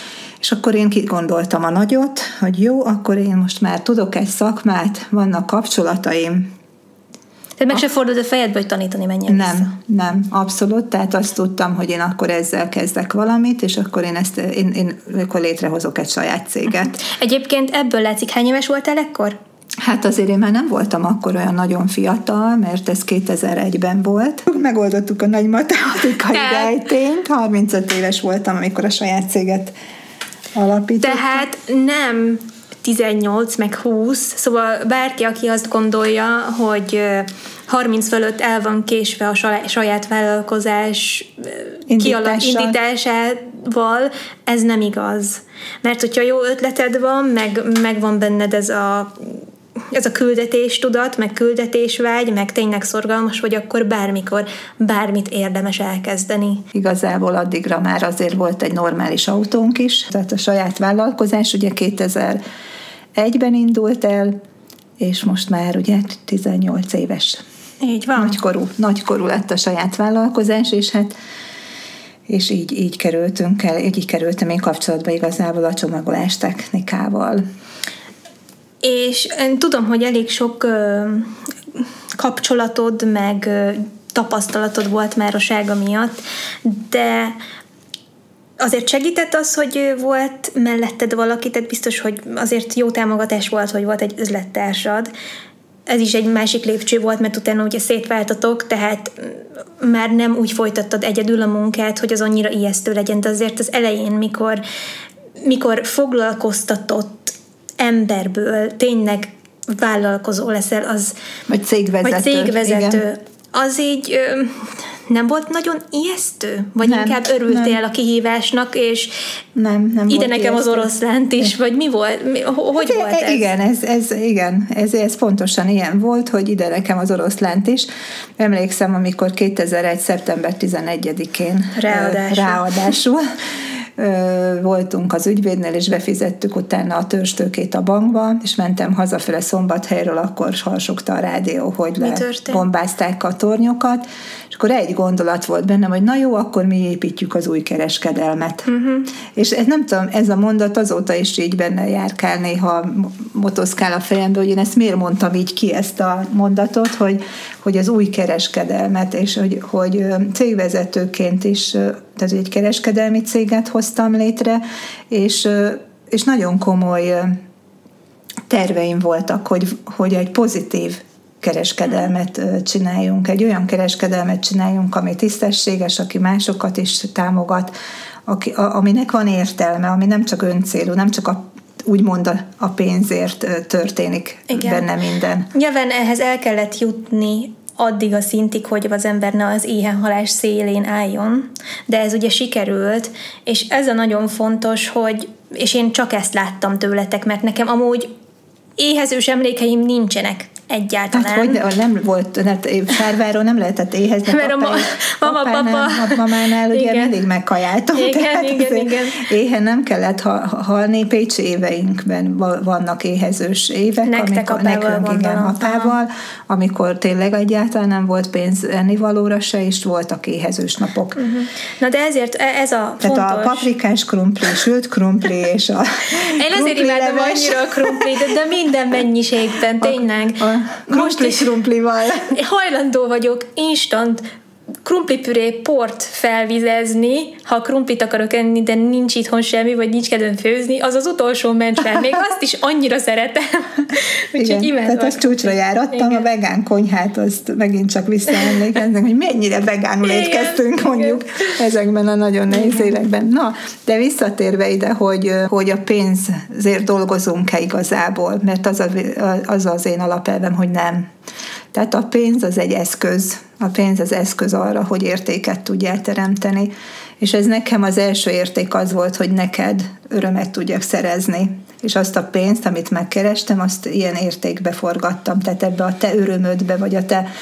És akkor én kigondoltam a nagyot, hogy jó, akkor én most már tudok egy szakmát, vannak kapcsolataim. Tehát meg se fordult a fejedbe, hogy tanítani menjen Nem, vissza. nem, abszolút. Tehát azt tudtam, hogy én akkor ezzel kezdek valamit, és akkor én ezt, én, én akkor létrehozok egy saját céget. Uh-huh. Egyébként ebből látszik, hány éves voltál ekkor? Hát azért én már nem voltam akkor olyan nagyon fiatal, mert ez kétezer-egyben volt. Megoldottuk a nagy matematikai rejtényt, harmincöt éves voltam, amikor a saját céget alapítottam. Tehát nem tizennyolc, meg húsz, szóval bárki, aki azt gondolja, hogy harminc fölött el van késve a saját vállalkozás kialak, indításával, ez nem igaz. Mert hogyha jó ötleted van, meg, meg van benned ez a ez a küldetéstudat, meg küldetésvágy, meg tényleg szorgalmas vagy, akkor bármikor bármit érdemes elkezdeni. Igazából addigra már azért volt egy normális autónk is, tehát a saját vállalkozás ugye kétezer-egyben indult el, és most már ugye tizennyolc éves. Így van. Nagykorú, nagykorú lett a saját vállalkozás, és hát és így, így kerültünk el, így, így kerültem én kapcsolatba igazából a csomagolás technikával. És én tudom, hogy elég sok ö, kapcsolatod, meg ö, tapasztalatod volt már a Sága miatt, de azért segített az, hogy volt melletted valaki, tehát biztos, hogy azért jó támogatás volt, hogy volt egy üzlettársad. Ez is egy másik lépcső volt, mert utána ugye szétváltatok, tehát már nem úgy folytattad egyedül a munkát, hogy az annyira ijesztő legyen, de azért az elején, mikor, mikor foglalkoztatott emberből tényleg vállalkozó leszel, az... Vagy cégvezető. Vagy cégvezető. Igen. Az így ö, nem volt nagyon ijesztő? Vagy nem, inkább örültél nem. a kihívásnak, és nem, nem ide nekem ijesztő. Az oroszlánt is, vagy mi volt? Mi, hogy hát, volt ez? Igen, ez, ez, igen ez, ez pontosan ilyen volt, hogy ide nekem az oroszlánt is. Emlékszem, amikor kétezer-egy. szeptember tizenegyedikén Ráadásul. ráadásul voltunk az ügyvédnél, és befizettük utána a törstőkét a bankba, és mentem hazafele Szombathelyről, akkor harsogta a rádió, hogy lebombázták a tornyokat, és akkor egy gondolat volt bennem, hogy na jó, akkor mi építjük az új kereskedelmet. Uh-huh. És ez nem tudom, ez a mondat azóta is így benne járkál, néha motoszkál a fejembe, hogy én ezt miért mondtam így ki, ezt a mondatot, hogy, hogy az új kereskedelmet, és hogy, hogy cégvezetőként is, tehát egy kereskedelmi céget hoztam létre, és, és nagyon komoly terveim voltak, hogy, hogy egy pozitív kereskedelmet csináljunk, egy olyan kereskedelmet csináljunk, ami tisztességes, aki másokat is támogat, aki, a, aminek van értelme, ami nem csak öncélú, nem csak a úgymond a, a pénzért történik. Igen. Benne minden. Nyilván ehhez el kellett jutni addig a szintig, hogy az ember ne az éhenhalás szélén álljon, de ez ugye sikerült, és ez a nagyon fontos, hogy, és én csak ezt láttam tőletek, mert nekem amúgy éhezős emlékeim nincsenek egyáltalán. Hát hogy nem volt, nem, Sárváron nem lehetett éhezni. Mert apály, a mama, papa. A mamánál ugye igen. mindig megkajáltam. Igen, igen, igen. Éhen nem kellett halni, pécsi éveinkben vannak éhezős évek. Nektek amikor, apával nekünk, igen, apával, amikor tényleg egyáltalán nem volt pénz ennivalóra se, és voltak éhezős napok. Uh-huh. Na de ezért ez a Tehát fontos. a paprikás krumpli, sült krumpli, és a én azért imádom annyira a krumplit, de, de minden mennyiségben, tényleg. A, a krumpli krumplival. Hajlandó vagyok instant krumplipüré port felvizezni, ha krumplit akarok enni, de nincs itthon semmi, vagy nincs kedvem főzni, az az utolsó mencsvár. Még azt is annyira szeretem. Úgyhogy imádom. Tehát azt csúcsra járattam, igen. A vegán konyhát, azt megint csak visszaemlékeznek, hogy mennyire vegánul étkeztünk, mondjuk igen. ezekben a nagyon nehéz igen. években. Na, de visszatérve ide, hogy, hogy a pénzért dolgozunk-e igazából, mert az, a, az az én alapelvem, hogy nem. Tehát a pénz az egy eszköz, a pénz az eszköz arra, hogy értéket tudjál teremteni. És ez nekem az első érték az volt, hogy neked örömet tudjak szerezni. És azt a pénzt, amit megkerestem, azt ilyen értékbe forgattam. Tehát ebbe a te örömödbe, vagy a te,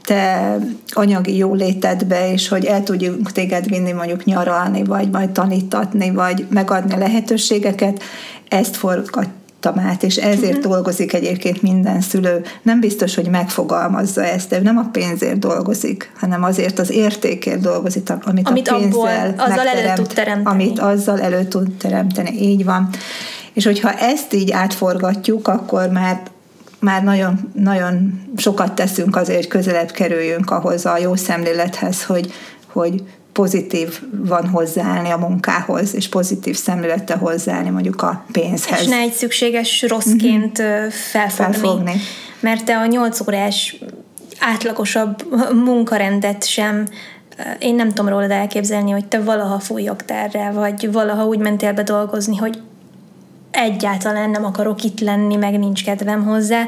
te anyagi jólétedbe, és hogy el tudjunk téged vinni mondjuk nyaralni, vagy majd tanítatni, vagy megadni a lehetőségeket, ezt forgattam át, és ezért uh-huh. dolgozik egyébként minden szülő. Nem biztos, hogy megfogalmazza ezt, de nem a pénzért dolgozik, hanem azért az értékért dolgozik, amit, amit a pénzzel abból, azzal elő tud teremteni. Amit azzal elő tud teremteni. Így van. És hogyha ezt így átforgatjuk, akkor már már nagyon, nagyon sokat teszünk azért, hogy közelebb kerüljünk ahhoz a jó szemlélethez, hogy, hogy pozitív van hozzáállni a munkához, és pozitív szemlélettel hozzáállni mondjuk a pénzhez. És ne egy szükséges rosszként mm-hmm. felfogni. felfogni. Mert te a nyolc órás átlagosabb munkarendet sem, én nem tudom rólad elképzelni, hogy te valaha fújogtál rá, vagy valaha úgy mentél be dolgozni, hogy egyáltalán nem akarok itt lenni, meg nincs kedvem hozzá.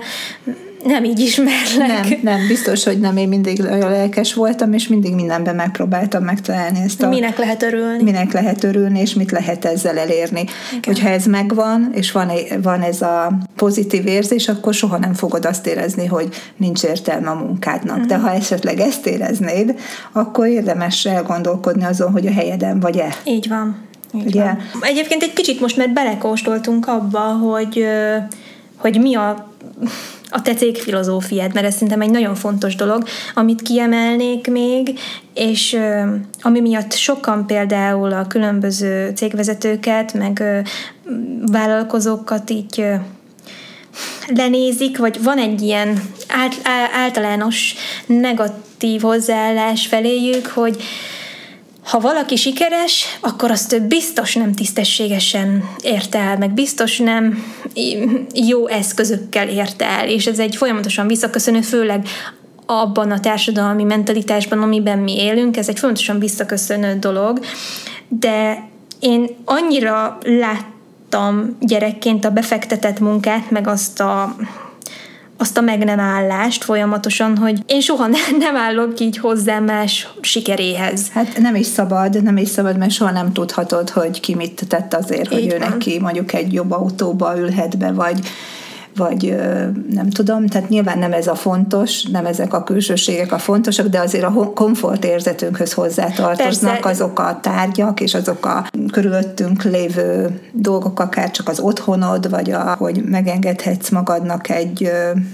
Nem így ismerlek. Nem, nem, biztos, hogy nem. Én mindig olyan lelkes voltam, és mindig mindenben megpróbáltam megtalálni ezt a... Minek lehet örülni. Minek lehet örülni, és mit lehet ezzel elérni. Igen. Hogyha ez megvan, és van, van ez a pozitív érzés, akkor soha nem fogod azt érezni, hogy nincs értelme a munkádnak. Uh-huh. De ha esetleg ezt éreznéd, akkor érdemes elgondolkodni azon, hogy a helyeden vagy-e. Így van. Így van. Egyébként egy kicsit most már belekóstoltunk abba, hogy, hogy mi a, a te cégfilozófiád, mert ez szerintem egy nagyon fontos dolog, amit kiemelnék még, és ami miatt sokan például a különböző cégvezetőket, meg vállalkozókat így lenézik, vagy van egy ilyen át, általános negatív hozzáállás feléjük, hogy ha valaki sikeres, akkor azt biztos nem tisztességesen ért el, meg biztos nem jó eszközökkel ért el, és ez egy folyamatosan visszaköszönő, főleg abban a társadalmi mentalitásban, amiben mi élünk, ez egy folyamatosan visszaköszönő dolog, de én annyira láttam láttam gyerekként a befektetett munkát, meg azt a azt a meg nem állást folyamatosan, hogy én soha ne, nem állok így hozzá más sikeréhez. Hát nem is szabad, nem is szabad, mert soha nem tudhatod, hogy ki mit tett azért, hogy ő neki mondjuk egy jobb autóba ülhet be, vagy vagy nem tudom, tehát nyilván nem ez a fontos, nem ezek a külsőségek a fontosak, de azért a komfortérzetünkhöz hozzátartoznak Persze. azok a tárgyak, és azok a körülöttünk lévő dolgok, akár csak az otthonod, vagy a, hogy megengedhetsz magadnak egy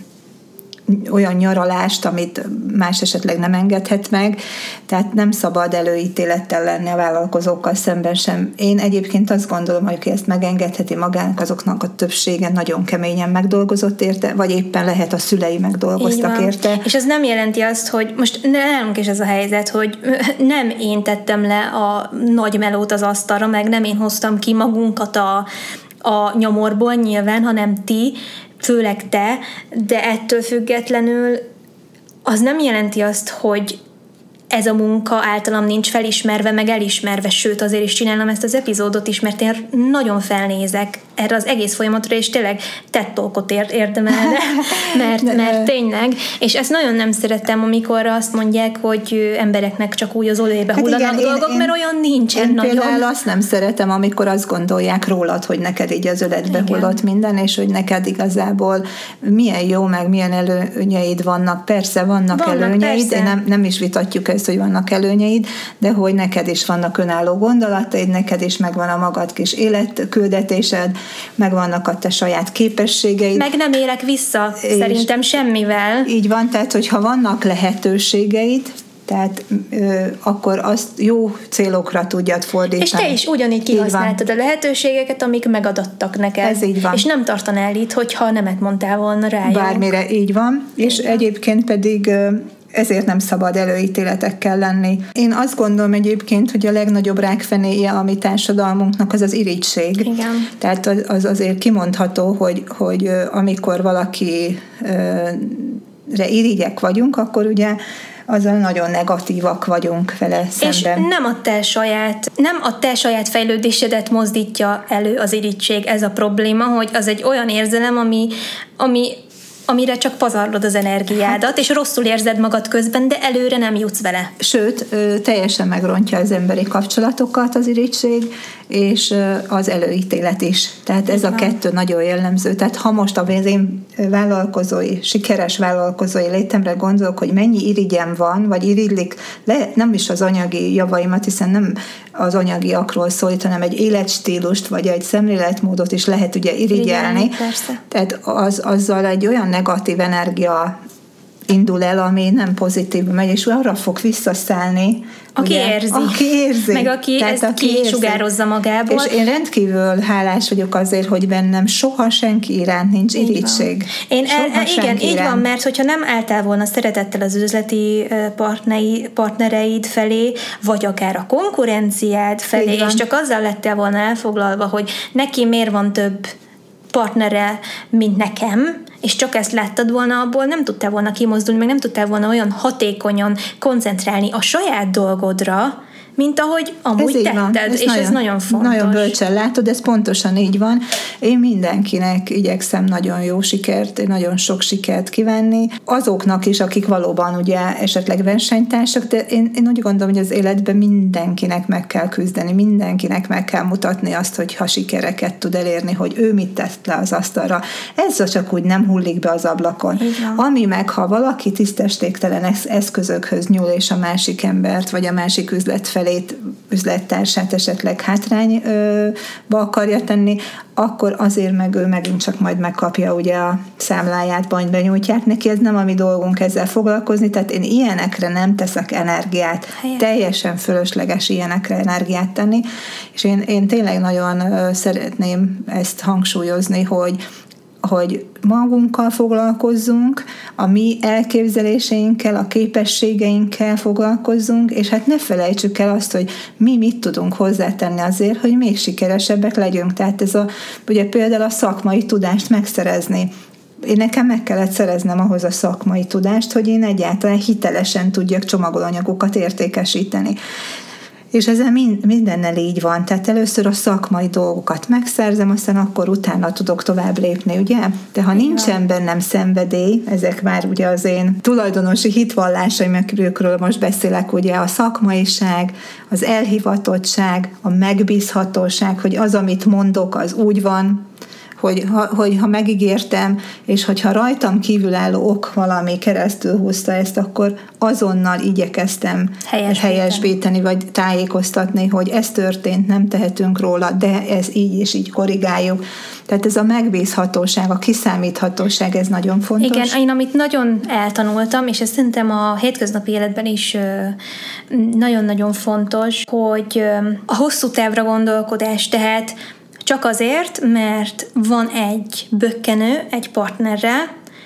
olyan nyaralást, amit más esetleg nem engedhet meg, tehát nem szabad előítélettel lenni a vállalkozókkal szemben sem. Én egyébként azt gondolom, hogy aki ezt megengedheti magának, azoknak a többsége nagyon keményen megdolgozott érte, vagy éppen lehet a szülei megdolgoztak érte. És ez nem jelenti azt, hogy most nálunk is ez a helyzet, hogy nem én tettem le a nagy melót az asztalra, meg nem én hoztam ki magunkat a, a nyomorból nyilván, hanem ti, főleg te, de ettől függetlenül az nem jelenti azt, hogy ez a munka általam nincs felismerve, meg elismerve, sőt azért is csinálom ezt az epizódot is, mert én nagyon felnézek erre az egész folyamatra, és tényleg tettolkot érdemelne, mert, mert tényleg, és ezt nagyon nem szeretem, amikor azt mondják, hogy embereknek csak úgy az olajba hát hullanak igen, dolgok, én, mert olyan nincsen én nagyon. Például azt nem szeretem, amikor azt gondolják rólad, hogy neked így az öletbe hullott minden, és hogy neked igazából milyen jó, meg milyen előnyeid vannak. Persze vannak, vannak előnyeid, persze. Nem, nem is vitatjuk ezt, hogy vannak előnyeid, de hogy neked is vannak önálló gondolataid, neked is megvan a magad kis életküldetésed, megvannak a te saját képességeid. Meg nem élek vissza, szerintem semmivel. Így van, tehát hogyha vannak lehetőségeid, tehát ö, akkor azt jó célokra tudjad fordítani. És te is ugyanígy kihasználtad a lehetőségeket, amik megadattak neked. Ez így van. És nem tartanál itt, hogyha nemet mondtál volna rájuk. Bármire, így van. Így és van. Egyébként pedig ö, ezért nem szabad előítéletekkel lenni. Én azt gondolom egyébként, hogy a legnagyobb rákfenéje a mi társadalmunknak az az irigység. Igen. Tehát az, az azért kimondható, hogy, hogy amikor valaki re irigyek vagyunk, akkor ugye azzal nagyon negatívak vagyunk vele szemben. És nem a te saját, nem a te saját fejlődésedet mozdítja elő az irigység, ez a probléma, hogy az egy olyan érzelem, ami, ami amire csak pazarlod az energiádat, hát, és rosszul érzed magad közben, de előre nem jutsz vele. Sőt, teljesen megrontja az emberi kapcsolatokat az irigység, és az előítélet is. Tehát ez a kettő nagyon jellemző. Tehát ha most az én vállalkozói, sikeres vállalkozói létemre gondolok, hogy mennyi irigyem van, vagy irigylik, le, nem is az anyagi javaimat, hiszen nem az anyagiakról szól, hanem egy életstílust, vagy egy szemléletmódot is lehet ugye irigyelni. Igen, persze. Tehát az, azzal egy olyan negatív energia indul el, ami nem pozitív megy, és arra fog visszaszállni, aki ugye, érzi. Aki érzi. Meg aki Tehát ezt aki kisugározza magából. És én rendkívül hálás vagyok azért, hogy bennem soha senki iránt nincs irigység. Én el, igen, így iránt. Van, mert hogyha nem álltál volna szeretettel az üzleti partneri, partnereid felé, vagy akár a konkurenciád felé, és csak azzal lettél volna elfoglalva, hogy neki miért van több partnere, mint nekem, és csak ezt láttad volna, abból nem tudtál volna kimozdulni, meg nem tudtál volna olyan hatékonyan koncentrálni a saját dolgodra, mint ahogy amúgy ez tetted, ez és nagyon, ez nagyon fontos. Nagyon bölcsen látod, ez pontosan így van. Én mindenkinek igyekszem nagyon jó sikert, nagyon sok sikert kívánni. Azoknak is, akik valóban ugye esetleg versenytársak, de én, én úgy gondolom, hogy az életben mindenkinek meg kell küzdeni, mindenkinek meg kell mutatni azt, hogy ha sikereket tud elérni, hogy ő mit tett le az asztalra. Ez csak úgy nem hullik be az ablakon. Igen. Ami meg, ha valaki tisztességtelen eszközökhöz nyúl, és a másik embert, vagy a másik üzlet felé üzlettársát esetleg hátrányba akarja tenni, akkor azért meg ő megint csak majd megkapja ugye a számláját, majd benyújtják neki, ez nem a mi dolgunk ezzel foglalkozni, tehát én ilyenekre nem teszek energiát. Helyen. Teljesen fölösleges ilyenekre energiát tenni, és én, én tényleg nagyon szeretném ezt hangsúlyozni, hogy hogy magunkkal foglalkozzunk, a mi elképzeléseinkkel, a képességeinkkel foglalkozzunk, és hát ne felejtsük el azt, hogy mi mit tudunk hozzátenni azért, hogy még sikeresebbek legyünk. Tehát ez a, ugye például a szakmai tudást megszerezni. Én nekem meg kellett szereznem ahhoz a szakmai tudást, hogy én egyáltalán hitelesen tudjak csomagolóanyagokat értékesíteni. És ezen mind, mindennel így van. Tehát először a szakmai dolgokat megszerzem, aztán akkor utána tudok tovább lépni, ugye? De ha nincsen bennem szenvedély, ezek már ugye az én tulajdonosi hitvallásaim, amikről most beszélek, ugye a szakmaiság, az elhivatottság, a megbízhatóság, hogy az, amit mondok, az úgy van, hogy ha, hogy ha megígértem, és hogyha rajtam kívülálló ok valami keresztül húzta ezt, akkor azonnal igyekeztem helyesbíteni. helyesbíteni, vagy tájékoztatni, hogy ez történt, nem tehetünk róla, de ez így és így korrigáljuk. Tehát ez a megbízhatóság, a kiszámíthatóság, ez nagyon fontos. Igen, én amit nagyon eltanultam, és ez szerintem a hétköznapi életben is nagyon-nagyon fontos, hogy a hosszú távra gondolkodás, tehát csak azért, mert van egy bökkenő egy partnerrel,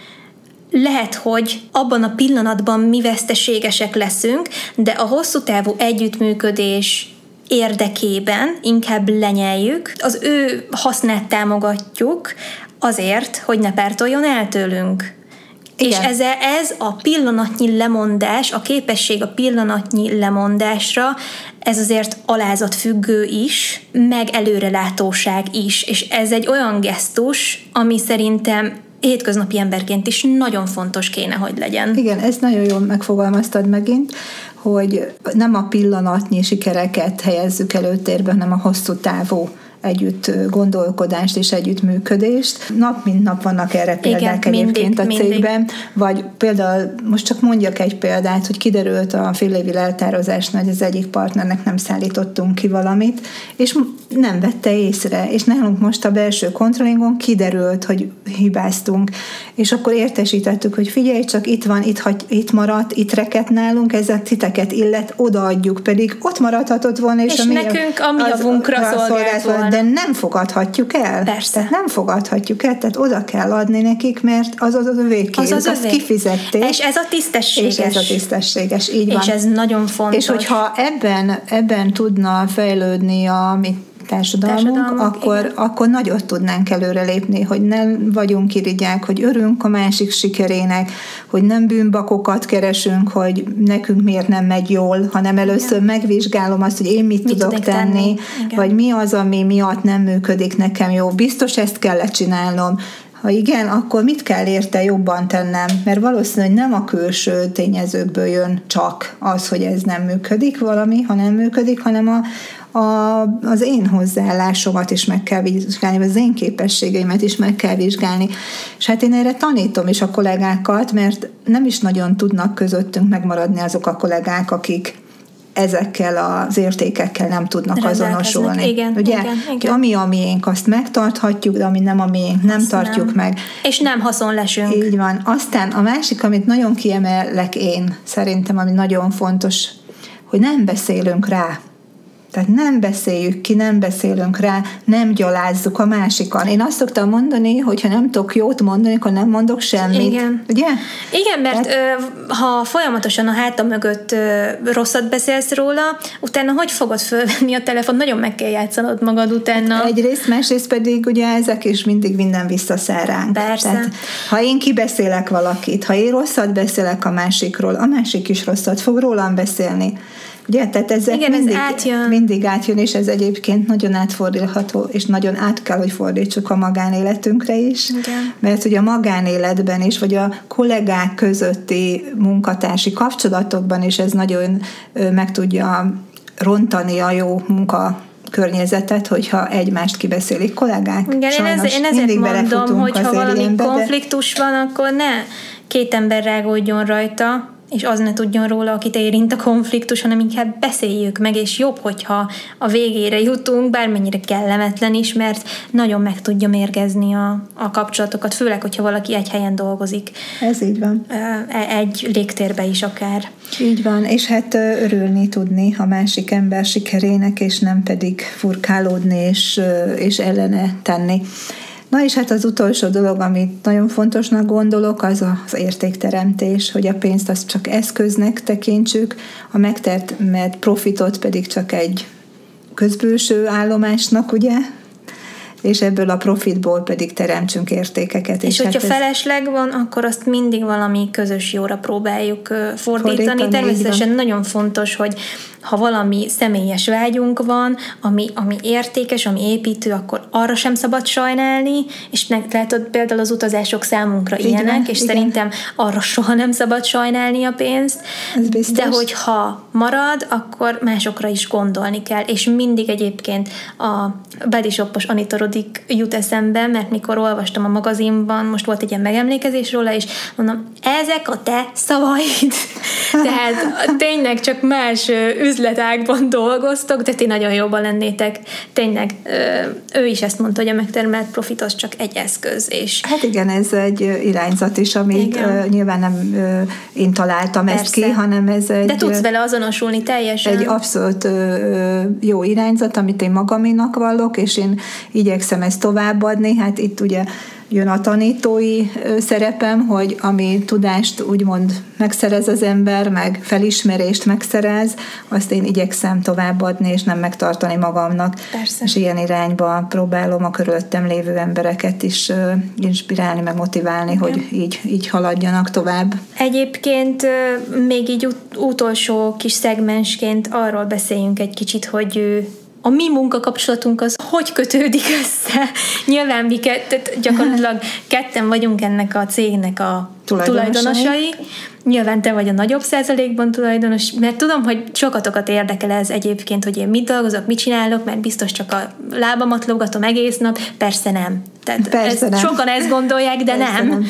lehet, hogy abban a pillanatban mi veszteségesek leszünk, de a hosszú távú együttműködés érdekében inkább lenyeljük, az ő hasznát támogatjuk azért, hogy ne pártoljon el tőlünk. Igen. És ez, ez a pillanatnyi lemondás, a képesség a pillanatnyi lemondásra, ez azért alázatfüggő is, meg előrelátóság is, és ez egy olyan gesztus, ami szerintem hétköznapi emberként is nagyon fontos kéne, hogy legyen. Igen, ezt nagyon jól megfogalmaztad megint, hogy nem a pillanatnyi sikereket helyezzük előtérbe, hanem a hosszú távú együtt gondolkodást és együttműködést. Nap mint nap vannak erre példák. Igen, egyébként mindig, a cégben, mindig. Vagy például, most csak mondjak egy példát, hogy kiderült a félévi leltározásnál, hogy az egyik partnernek nem szállítottunk ki valamit, és nem vette észre, és nálunk most a belső kontrollingon kiderült, hogy hibáztunk, és akkor értesítettük, hogy figyelj, csak itt van, itt, hagy, itt maradt, itt rekedt nálunk, ez a titeket illet, odaadjuk, pedig ott maradhatott volna, és, és a nekünk a mi javunkra szolgált volna. De nem fogadhatjuk el. Persze. Tehát nem fogadhatjuk el, tehát oda kell adni nekik, mert az az a végkérdés, az, az azt kifizették. És ez a tisztességes. És ez a tisztességes, így van. És ez nagyon fontos. És hogyha ebben, ebben tudna fejlődni a mi társadalmunk, társadalmunk akkor, akkor nagyot tudnánk előrelépni, hogy nem vagyunk irigyák, hogy örülünk a másik sikerének, hogy nem bűnbakokat keresünk, hogy nekünk miért nem megy jól, hanem először igen. megvizsgálom azt, hogy én mit, mit tudok tenni, tenni vagy mi az, ami miatt nem működik nekem jó. Biztos ezt kellett csinálnom. Ha igen, akkor mit kell érte jobban tennem? Mert valószínűleg nem a külső tényezőkből jön csak az, hogy ez nem működik valami, ha nem működik, hanem a, a, az én hozzáállásomat is meg kell vizsgálni, vagy az én képességeimet is meg kell vizsgálni. És hát én erre tanítom is a kollégákat, mert nem is nagyon tudnak közöttünk megmaradni azok a kollégák, akik ezekkel az értékekkel nem tudnak azonosulni. Igen, ugye? Igen, igen. Ami a miénk, azt megtarthatjuk, de ami nem a miénk, nem azt tartjuk nem. meg. És nem haszonlesünk. Így van. Aztán a másik, amit nagyon kiemelek én, szerintem, ami nagyon fontos, hogy nem beszélünk rá. Tehát nem beszéljük ki, nem beszélünk rá, nem gyalázzuk a másikon. Én azt szoktam mondani, hogy ha nem tudok jót mondani, akkor nem mondok semmit. Igen. Ugye? Igen, mert Tehát... ö, ha folyamatosan a hátam mögött ö, rosszat beszélsz róla, utána hogy fogod fölvenni a telefon? Nagyon meg kell játszanod magad utána. Egyrészt, másrészt pedig ugye ezek is mindig minden visszaszáll ránk. Persze. Tehát, ha én kibeszélek valakit, ha én rosszat beszélek a másikról, a másik is rosszat fog rólam beszélni. Ugye? Tehát ezek Igen, mindig, ez átjön. mindig átjön, és ez egyébként nagyon átfordítható, és nagyon át kell, hogy fordítsuk a magánéletünkre is. Igen. Mert ugye a magánéletben is, vagy a kollégák közötti munkatársi kapcsolatokban is ez nagyon meg tudja rontani a jó munka környezetet, hogyha egymást kibeszélik kollégák. Igen, Sajnos én, ez, én ezért mondom, hogy ha valami ilyenbe, konfliktus de... van, akkor ne két ember rágódjon rajta, és az ne tudjon róla, akit érint a konfliktus, hanem inkább beszéljük meg, és jobb, hogyha a végére jutunk, bármennyire kellemetlen is, mert nagyon meg tudja mérgezni a, a kapcsolatokat, főleg, hogyha valaki egy helyen dolgozik. Ez így van. Egy légtérbe is akár. Így van, és hát örülni tudni a másik ember sikerének, és nem pedig furkálódni, és, és ellene tenni. Na és hát az utolsó dolog, amit nagyon fontosnak gondolok, az az értékteremtés, hogy a pénzt azt csak eszköznek tekintsük, a megtermelt profitot pedig csak egy közbülső állomásnak, ugye? és ebből a profitból pedig teremtsünk értékeket. És, és hogyha hát felesleg van, akkor azt mindig valami közös jóra próbáljuk fordítani. fordítani Természetesen nagyon fontos, hogy ha valami személyes vágyunk van, ami, ami értékes, ami építő, akkor arra sem szabad sajnálni, és látod, például az utazások számunkra így ilyenek, van, és igen. Szerintem arra soha nem szabad sajnálni a pénzt, de hogyha marad, akkor másokra is gondolni kell, és mindig egyébként a Bodyshop-os Anita Roddick jut eszembe, mert mikor olvastam a magazinban, most volt egy ilyen megemlékezés róla, és mondom, ezek a te szavaid. Tehát tényleg csak más üzletágban dolgoztok, de ti nagyon jobban lennétek. Tényleg ő is ezt mondta, hogy a megtermelt profit az csak egy eszköz. És hát igen, ez egy irányzat is, amit igen. nyilván nem én találtam Persze. ezt ki, hanem ez egy... De tudsz vele azonosulni teljesen. Egy abszolút jó irányzat, amit én magaménak vallok, és én igyekszem ezt továbbadni. Hát itt ugye jön a tanítói szerepem, hogy ami tudást úgymond megszerez az ember, meg felismerést megszerez, azt én igyekszem továbbadni, és nem megtartani magamnak. Persze. És ilyen irányba próbálom a körülöttem lévő embereket is inspirálni, meg motiválni, igen. hogy így, így haladjanak tovább. Egyébként még így ut- utolsó kis szegmensként arról beszéljünk egy kicsit, hogy a mi munkakapcsolatunk az hogy kötődik össze? Nyilván mi kett, gyakorlatilag ketten vagyunk ennek a cégnek a tulajdonosai. tulajdonosai. Nyilván te vagy a nagyobb százalékban tulajdonos, mert tudom, hogy sokatokat érdekel ez egyébként, hogy én mit dolgozok, mit csinálok, mert biztos csak a lábamat lógatom egész nap. Persze nem. Tehát Persze ezt, nem. Sokan ezt gondolják, de nem. nem.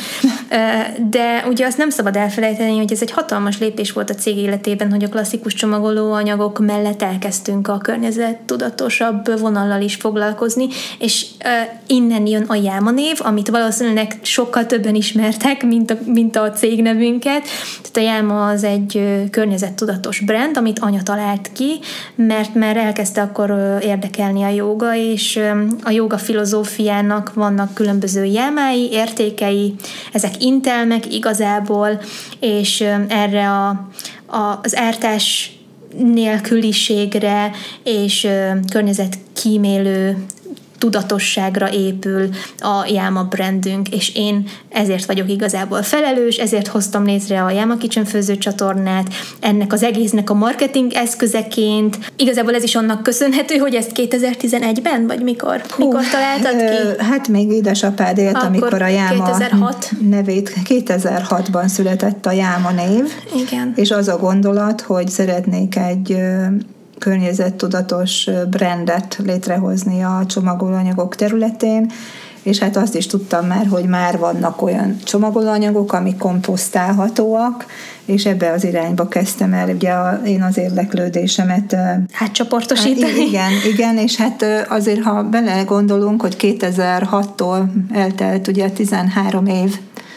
De ugye azt nem szabad elfelejteni, hogy ez egy hatalmas lépés volt a cég életében, hogy a klasszikus csomagolóanyagok mellett elkezdtünk a környezettudatosabb vonallal is foglalkozni, és innen jön a Jáma név, amit valószínűleg sokkal többen ismertek, mint a, mint a cégnevünket. Tehát a Jáma az egy környezettudatos brand, amit anya talált ki, mert már elkezdte akkor érdekelni a jóga, és a jóga filozófiának vannak különböző jámái, értékei, ezek intelmek igazából, és erre a, a, az ártás nélküliségre és környezetkímélő tudatosságra épül a Jáma brandünk, és én ezért vagyok igazából felelős, ezért hoztam létre a Jáma Kitchen főző csatornát, ennek az egésznek a marketing eszközeként. Igazából ez is annak köszönhető, hogy ezt kétezer-tizenegyben, vagy mikor? Hú, mikor találtad ki? Hát még édesapád élt, Akkor amikor a Jáma kétezer-hat nevét, kétezer-hatban született a Jáma név, igen. És az a gondolat, hogy szeretnék egy környezettudatos brandet létrehozni a csomagolóanyagok területén, és hát azt is tudtam már, hogy már vannak olyan csomagolóanyagok, amik komposztálhatóak, és ebbe az irányba kezdtem el ugye a, én az érdeklődésemet hát csoportosítani. Hát, igen, igen, és hát azért, ha bele gondolunk, hogy kétezer-hattól eltelt ugye tizenhárom év,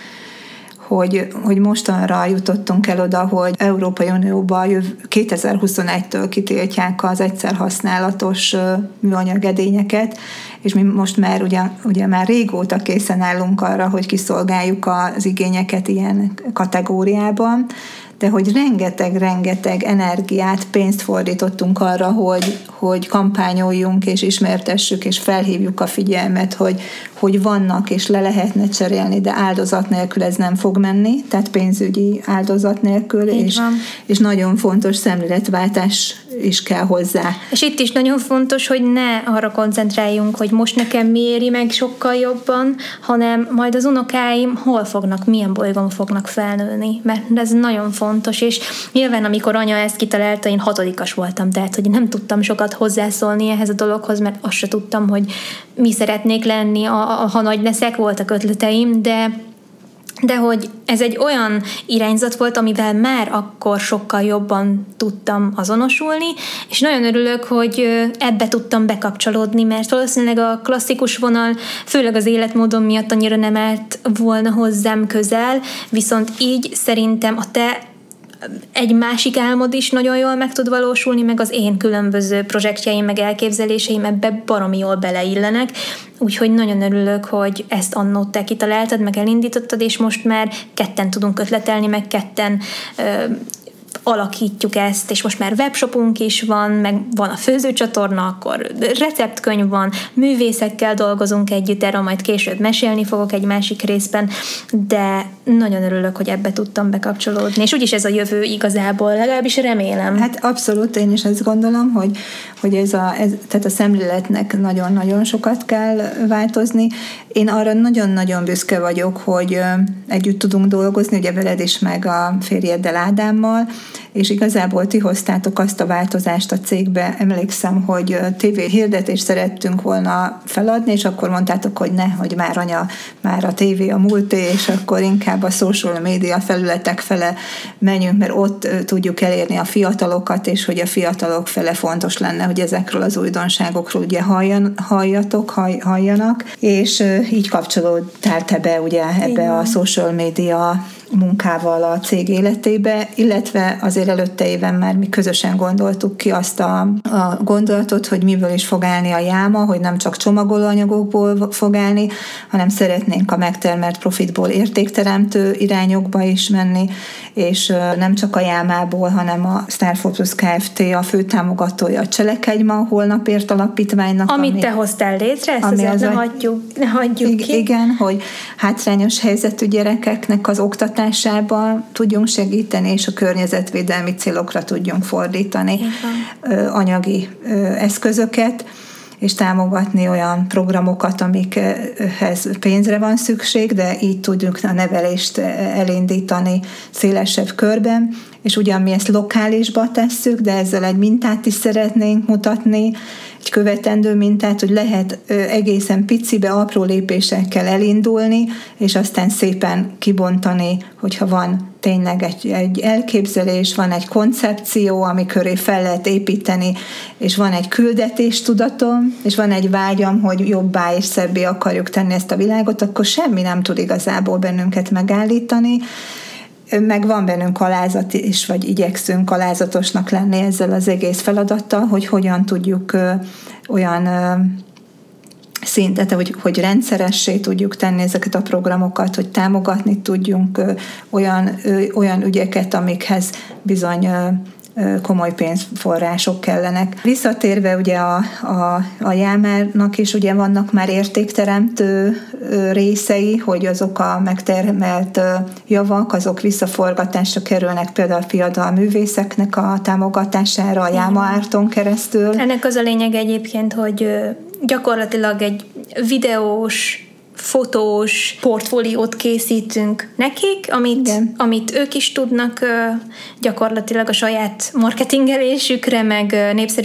hogy, hogy mostanra jutottunk el oda, hogy Európai Unióban kétezer-huszonegytől kitiltják az egyszer használatos műanyag edényeket, és mi most már ugye, ugye már régóta készen állunk arra, hogy kiszolgáljuk az igényeket ilyen kategóriában, de hogy rengeteg-rengeteg energiát, pénzt fordítottunk arra, hogy, hogy kampányoljunk és ismertessük és felhívjuk a figyelmet, hogy, hogy vannak és le lehetne cserélni, de áldozat nélkül ez nem fog menni, tehát pénzügyi áldozat nélkül, és, és nagyon fontos szemléletváltás is kell hozzá. És itt is nagyon fontos, hogy ne arra koncentráljunk, hogy most nekem mi éri meg sokkal jobban, hanem majd az unokáim hol fognak, milyen bolygón fognak felnőni, mert ez nagyon fontos, és nyilván amikor anya ezt kitalálta, én hatodikas voltam, tehát hogy nem tudtam sokat hozzászólni ehhez a dologhoz, mert azt se tudtam, hogy mi szeretnék lenni, a, a, ha nagy leszek, voltak ötleteim, de de hogy ez egy olyan irányzat volt, amivel már akkor sokkal jobban tudtam azonosulni, és nagyon örülök, hogy ebbe tudtam bekapcsolódni, mert valószínűleg a klasszikus vonal, főleg az életmódom miatt annyira nem állt volna hozzám közel, viszont így szerintem a te egy másik álmod is nagyon jól meg tud valósulni, meg az én különböző projektjeim, meg elképzeléseim ebbe baromi jól beleillenek, úgyhogy nagyon örülök, hogy ezt annó te kitaláltad, meg elindítottad, és most már ketten tudunk ötletelni, meg ketten ö, alakítjuk ezt, és most már webshopunk is van, meg van a főzőcsatorna, akkor receptkönyv van, művészekkel dolgozunk együtt, erről majd később mesélni fogok egy másik részben, de nagyon örülök, hogy ebbe tudtam bekapcsolódni, és úgyis ez a jövő igazából, legalábbis remélem. Hát abszolút, én is ezt gondolom, hogy, hogy ez a, ez, tehát a szemléletnek nagyon-nagyon sokat kell változni. Én arra nagyon-nagyon büszke vagyok, hogy együtt tudunk dolgozni, ugye veled is, meg a férjeddel, Ádámmal, és igazából ti hoztátok azt a változást a cégbe. Emlékszem, hogy tévé hirdetést szerettünk volna feladni, és akkor mondtátok, hogy ne, hogy már anya, már a tévé a múlté, és akkor inkább a social media felületek fele menjünk, mert ott tudjuk elérni a fiatalokat, és hogy a fiatalok fele fontos lenne, hogy ezekről az újdonságokról ugye halljan, halljatok, hall, halljanak, és így kapcsolódtál te be ugye ebbe Igen. a social media munkával a cég életébe, illetve azért előtte éven már mi közösen gondoltuk ki azt a, a gondolatot, hogy miből is fog állni a Jáma, hogy nem csak csomagolóanyagokból fog állni, hanem szeretnénk a megtermelt profitból értékteremtő irányokba is menni, és nem csak a Jámából, hanem a Star Focus Kft. A főtámogatója a Cselekedj Ma Holnapért alapítványnak. Amit ami, te hoztál létre, ezt azért az ne, a, hagyjuk, ne hagyjuk ig- ki. Igen, hogy hátrányos helyzetű gyerekeknek az oktatásában tudjunk segíteni, és a környezetvédelmi célokra tudjunk fordítani Igen. anyagi eszközöket, és támogatni olyan programokat, amikhez pénzre van szükség, de így tudjuk a nevelést elindítani szélesebb körben, és ugyan mi ezt lokálisba tesszük, de ezzel egy mintát is szeretnénk mutatni, egy követendő mintát, hogy lehet egészen picibe, apró lépésekkel elindulni, és aztán szépen kibontani, hogyha van tényleg egy, egy elképzelés, van egy koncepció, ami köré fel lehet építeni, és van egy küldetéstudatom, és van egy vágyam, hogy jobbá és szebbé akarjuk tenni ezt a világot, akkor semmi nem tud igazából bennünket megállítani, meg van bennünk alázat is, vagy igyekszünk alázatosnak lenni ezzel az egész feladattal, hogy hogyan tudjuk ö, olyan ö, szintet, hogy, hogy rendszeressé tudjuk tenni ezeket a programokat, hogy támogatni tudjunk ö, olyan, ö, olyan ügyeket, amikhez bizony ö, komoly pénzforrások kellenek. Visszatérve ugye a, a, a Jámának is ugye vannak már értékteremtő részei, hogy azok a megtermelt javak, azok visszaforgatásra kerülnek például a fiatal művészeknek a támogatására, a Jáma Árton keresztül. Ennek az a lényeg egyébként, hogy gyakorlatilag egy videós, fotós portfóliót készítünk nekik, amit, amit ők is tudnak gyakorlatilag a saját marketingelésükre, meg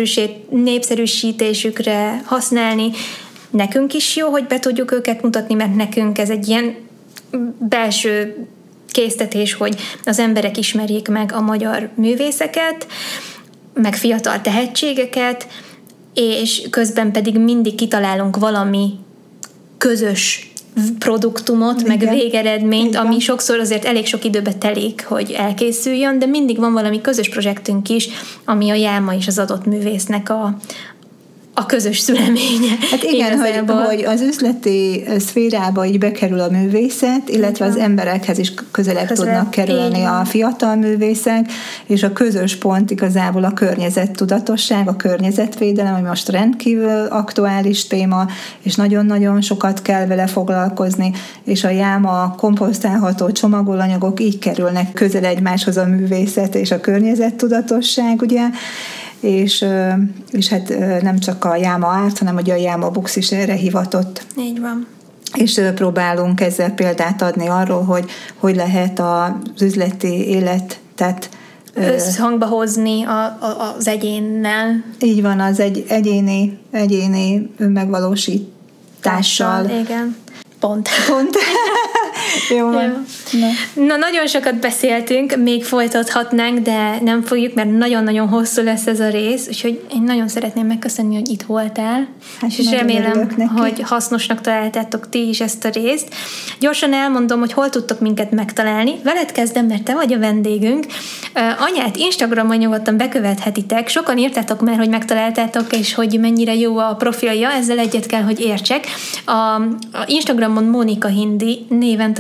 népszerűsítésükre használni. Nekünk is jó, hogy be tudjuk őket mutatni, mert nekünk ez egy ilyen belső késztetés, hogy az emberek ismerjék meg a magyar művészeket, meg fiatal tehetségeket, és közben pedig mindig kitalálunk valami közös produktumot, Igen. meg végeredményt, Igen. ami sokszor azért elég sok időbe telik, hogy elkészüljön, de mindig van valami közös projektünk is, ami a Jáma és az adott művésznek a, a közös szüleménye. Hát igen, hogy, hogy az üzleti szférába így bekerül a művészet, illetve az emberekhez is közelebb, közelebb tudnak kerülni igen. a fiatal művészek, és a közös pont igazából a környezettudatosság, a környezetvédelem, ami most rendkívül aktuális téma, és nagyon-nagyon sokat kell vele foglalkozni, és a Jáma komposztálható csomagolanyagok így kerülnek közel egymáshoz a művészet és a környezettudatosság, ugye, És, és hát nem csak a Jáma Árt, hanem ugye a Jáma Books is erre hivatott. Így van. És próbálunk ezzel példát adni arról, hogy hogy lehet az üzleti életet összhangba hozni a, a, az egyénnel. Így van, az egy egyéni, egyéni önmegvalósítással. Tással, igen. Pont. Pont. Jó van. Jó. Na. Na, nagyon sokat beszéltünk, még folytathatnánk, de nem fogjuk, mert nagyon-nagyon hosszú lesz ez a rész, úgyhogy én nagyon szeretném megköszönni, hogy itt voltál, hát és remélem, hogy hasznosnak találtátok ti is ezt a részt. Gyorsan elmondom, hogy hol tudtok minket megtalálni. Veled kezdem, mert te vagy a vendégünk. Anyát Instagramon nyugodtan bekövethetitek. Sokan írtátok már, hogy megtaláltátok, és hogy mennyire jó a profilja, ezzel egyet kell, hogy értsek. A, a Instagramon Mónika Hindi néven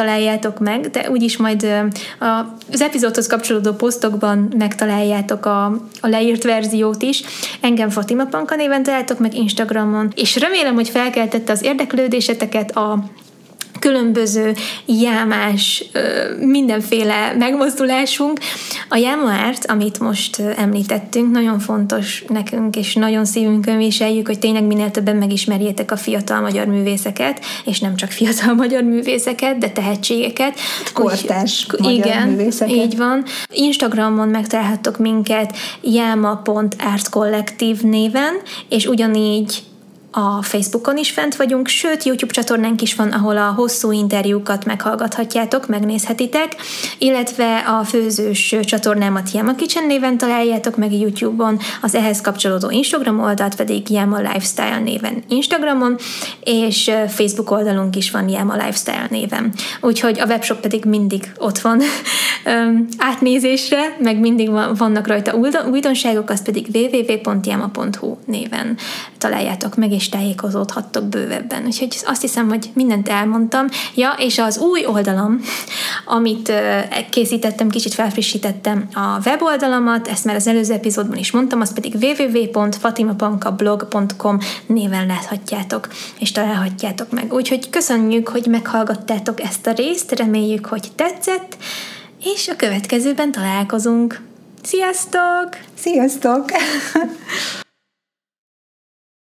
találjátok meg, de úgyis majd az epizódhoz kapcsolódó posztokban megtaláljátok a, a leírt verziót is. Engem Fatima Panka néven találtok meg Instagramon, és remélem, hogy felkeltette az érdeklődéseteket a különböző jámás, mindenféle megmozdulásunk. A jámaárt, amit most említettünk, nagyon fontos nekünk, és nagyon szívünkön viseljük, hogy tényleg minél többen megismerjétek a fiatal magyar művészeket, és nem csak fiatal magyar művészeket, de tehetségeket. Kortárs hogy, magyar igen, művészeket. Így van. Instagramon megtalálhattok minket jáma pont art collective néven, és ugyanígy a Facebookon is fent vagyunk, sőt, YouTube csatornánk is van, ahol a hosszú interjúkat meghallgathatjátok, megnézhetitek, illetve a főzős csatornámat Yama Kitchen néven találjátok meg YouTube-on, az ehhez kapcsolódó Instagram oldalt pedig Yama Lifestyle néven Instagramon, és Facebook oldalunk is van Yama Lifestyle néven. Úgyhogy a webshop pedig mindig ott van átnézésre, meg mindig vannak rajta újdonságok, azt pedig double-u double-u double-u pont yama pont hu néven találjátok meg, és tájékozódhattok bővebben. Úgyhogy azt hiszem, hogy mindent elmondtam. Ja, és az új oldalam, amit készítettem, kicsit felfrissítettem a weboldalamat, ezt már az előző epizódban is mondtam, azt pedig double-u double-u double-u pont fatimapankablog pont com néven láthatjátok, és találhatjátok meg. Úgyhogy köszönjük, hogy meghallgattátok ezt a részt, reméljük, hogy tetszett, és a következőben találkozunk. Sziasztok! Sziasztok!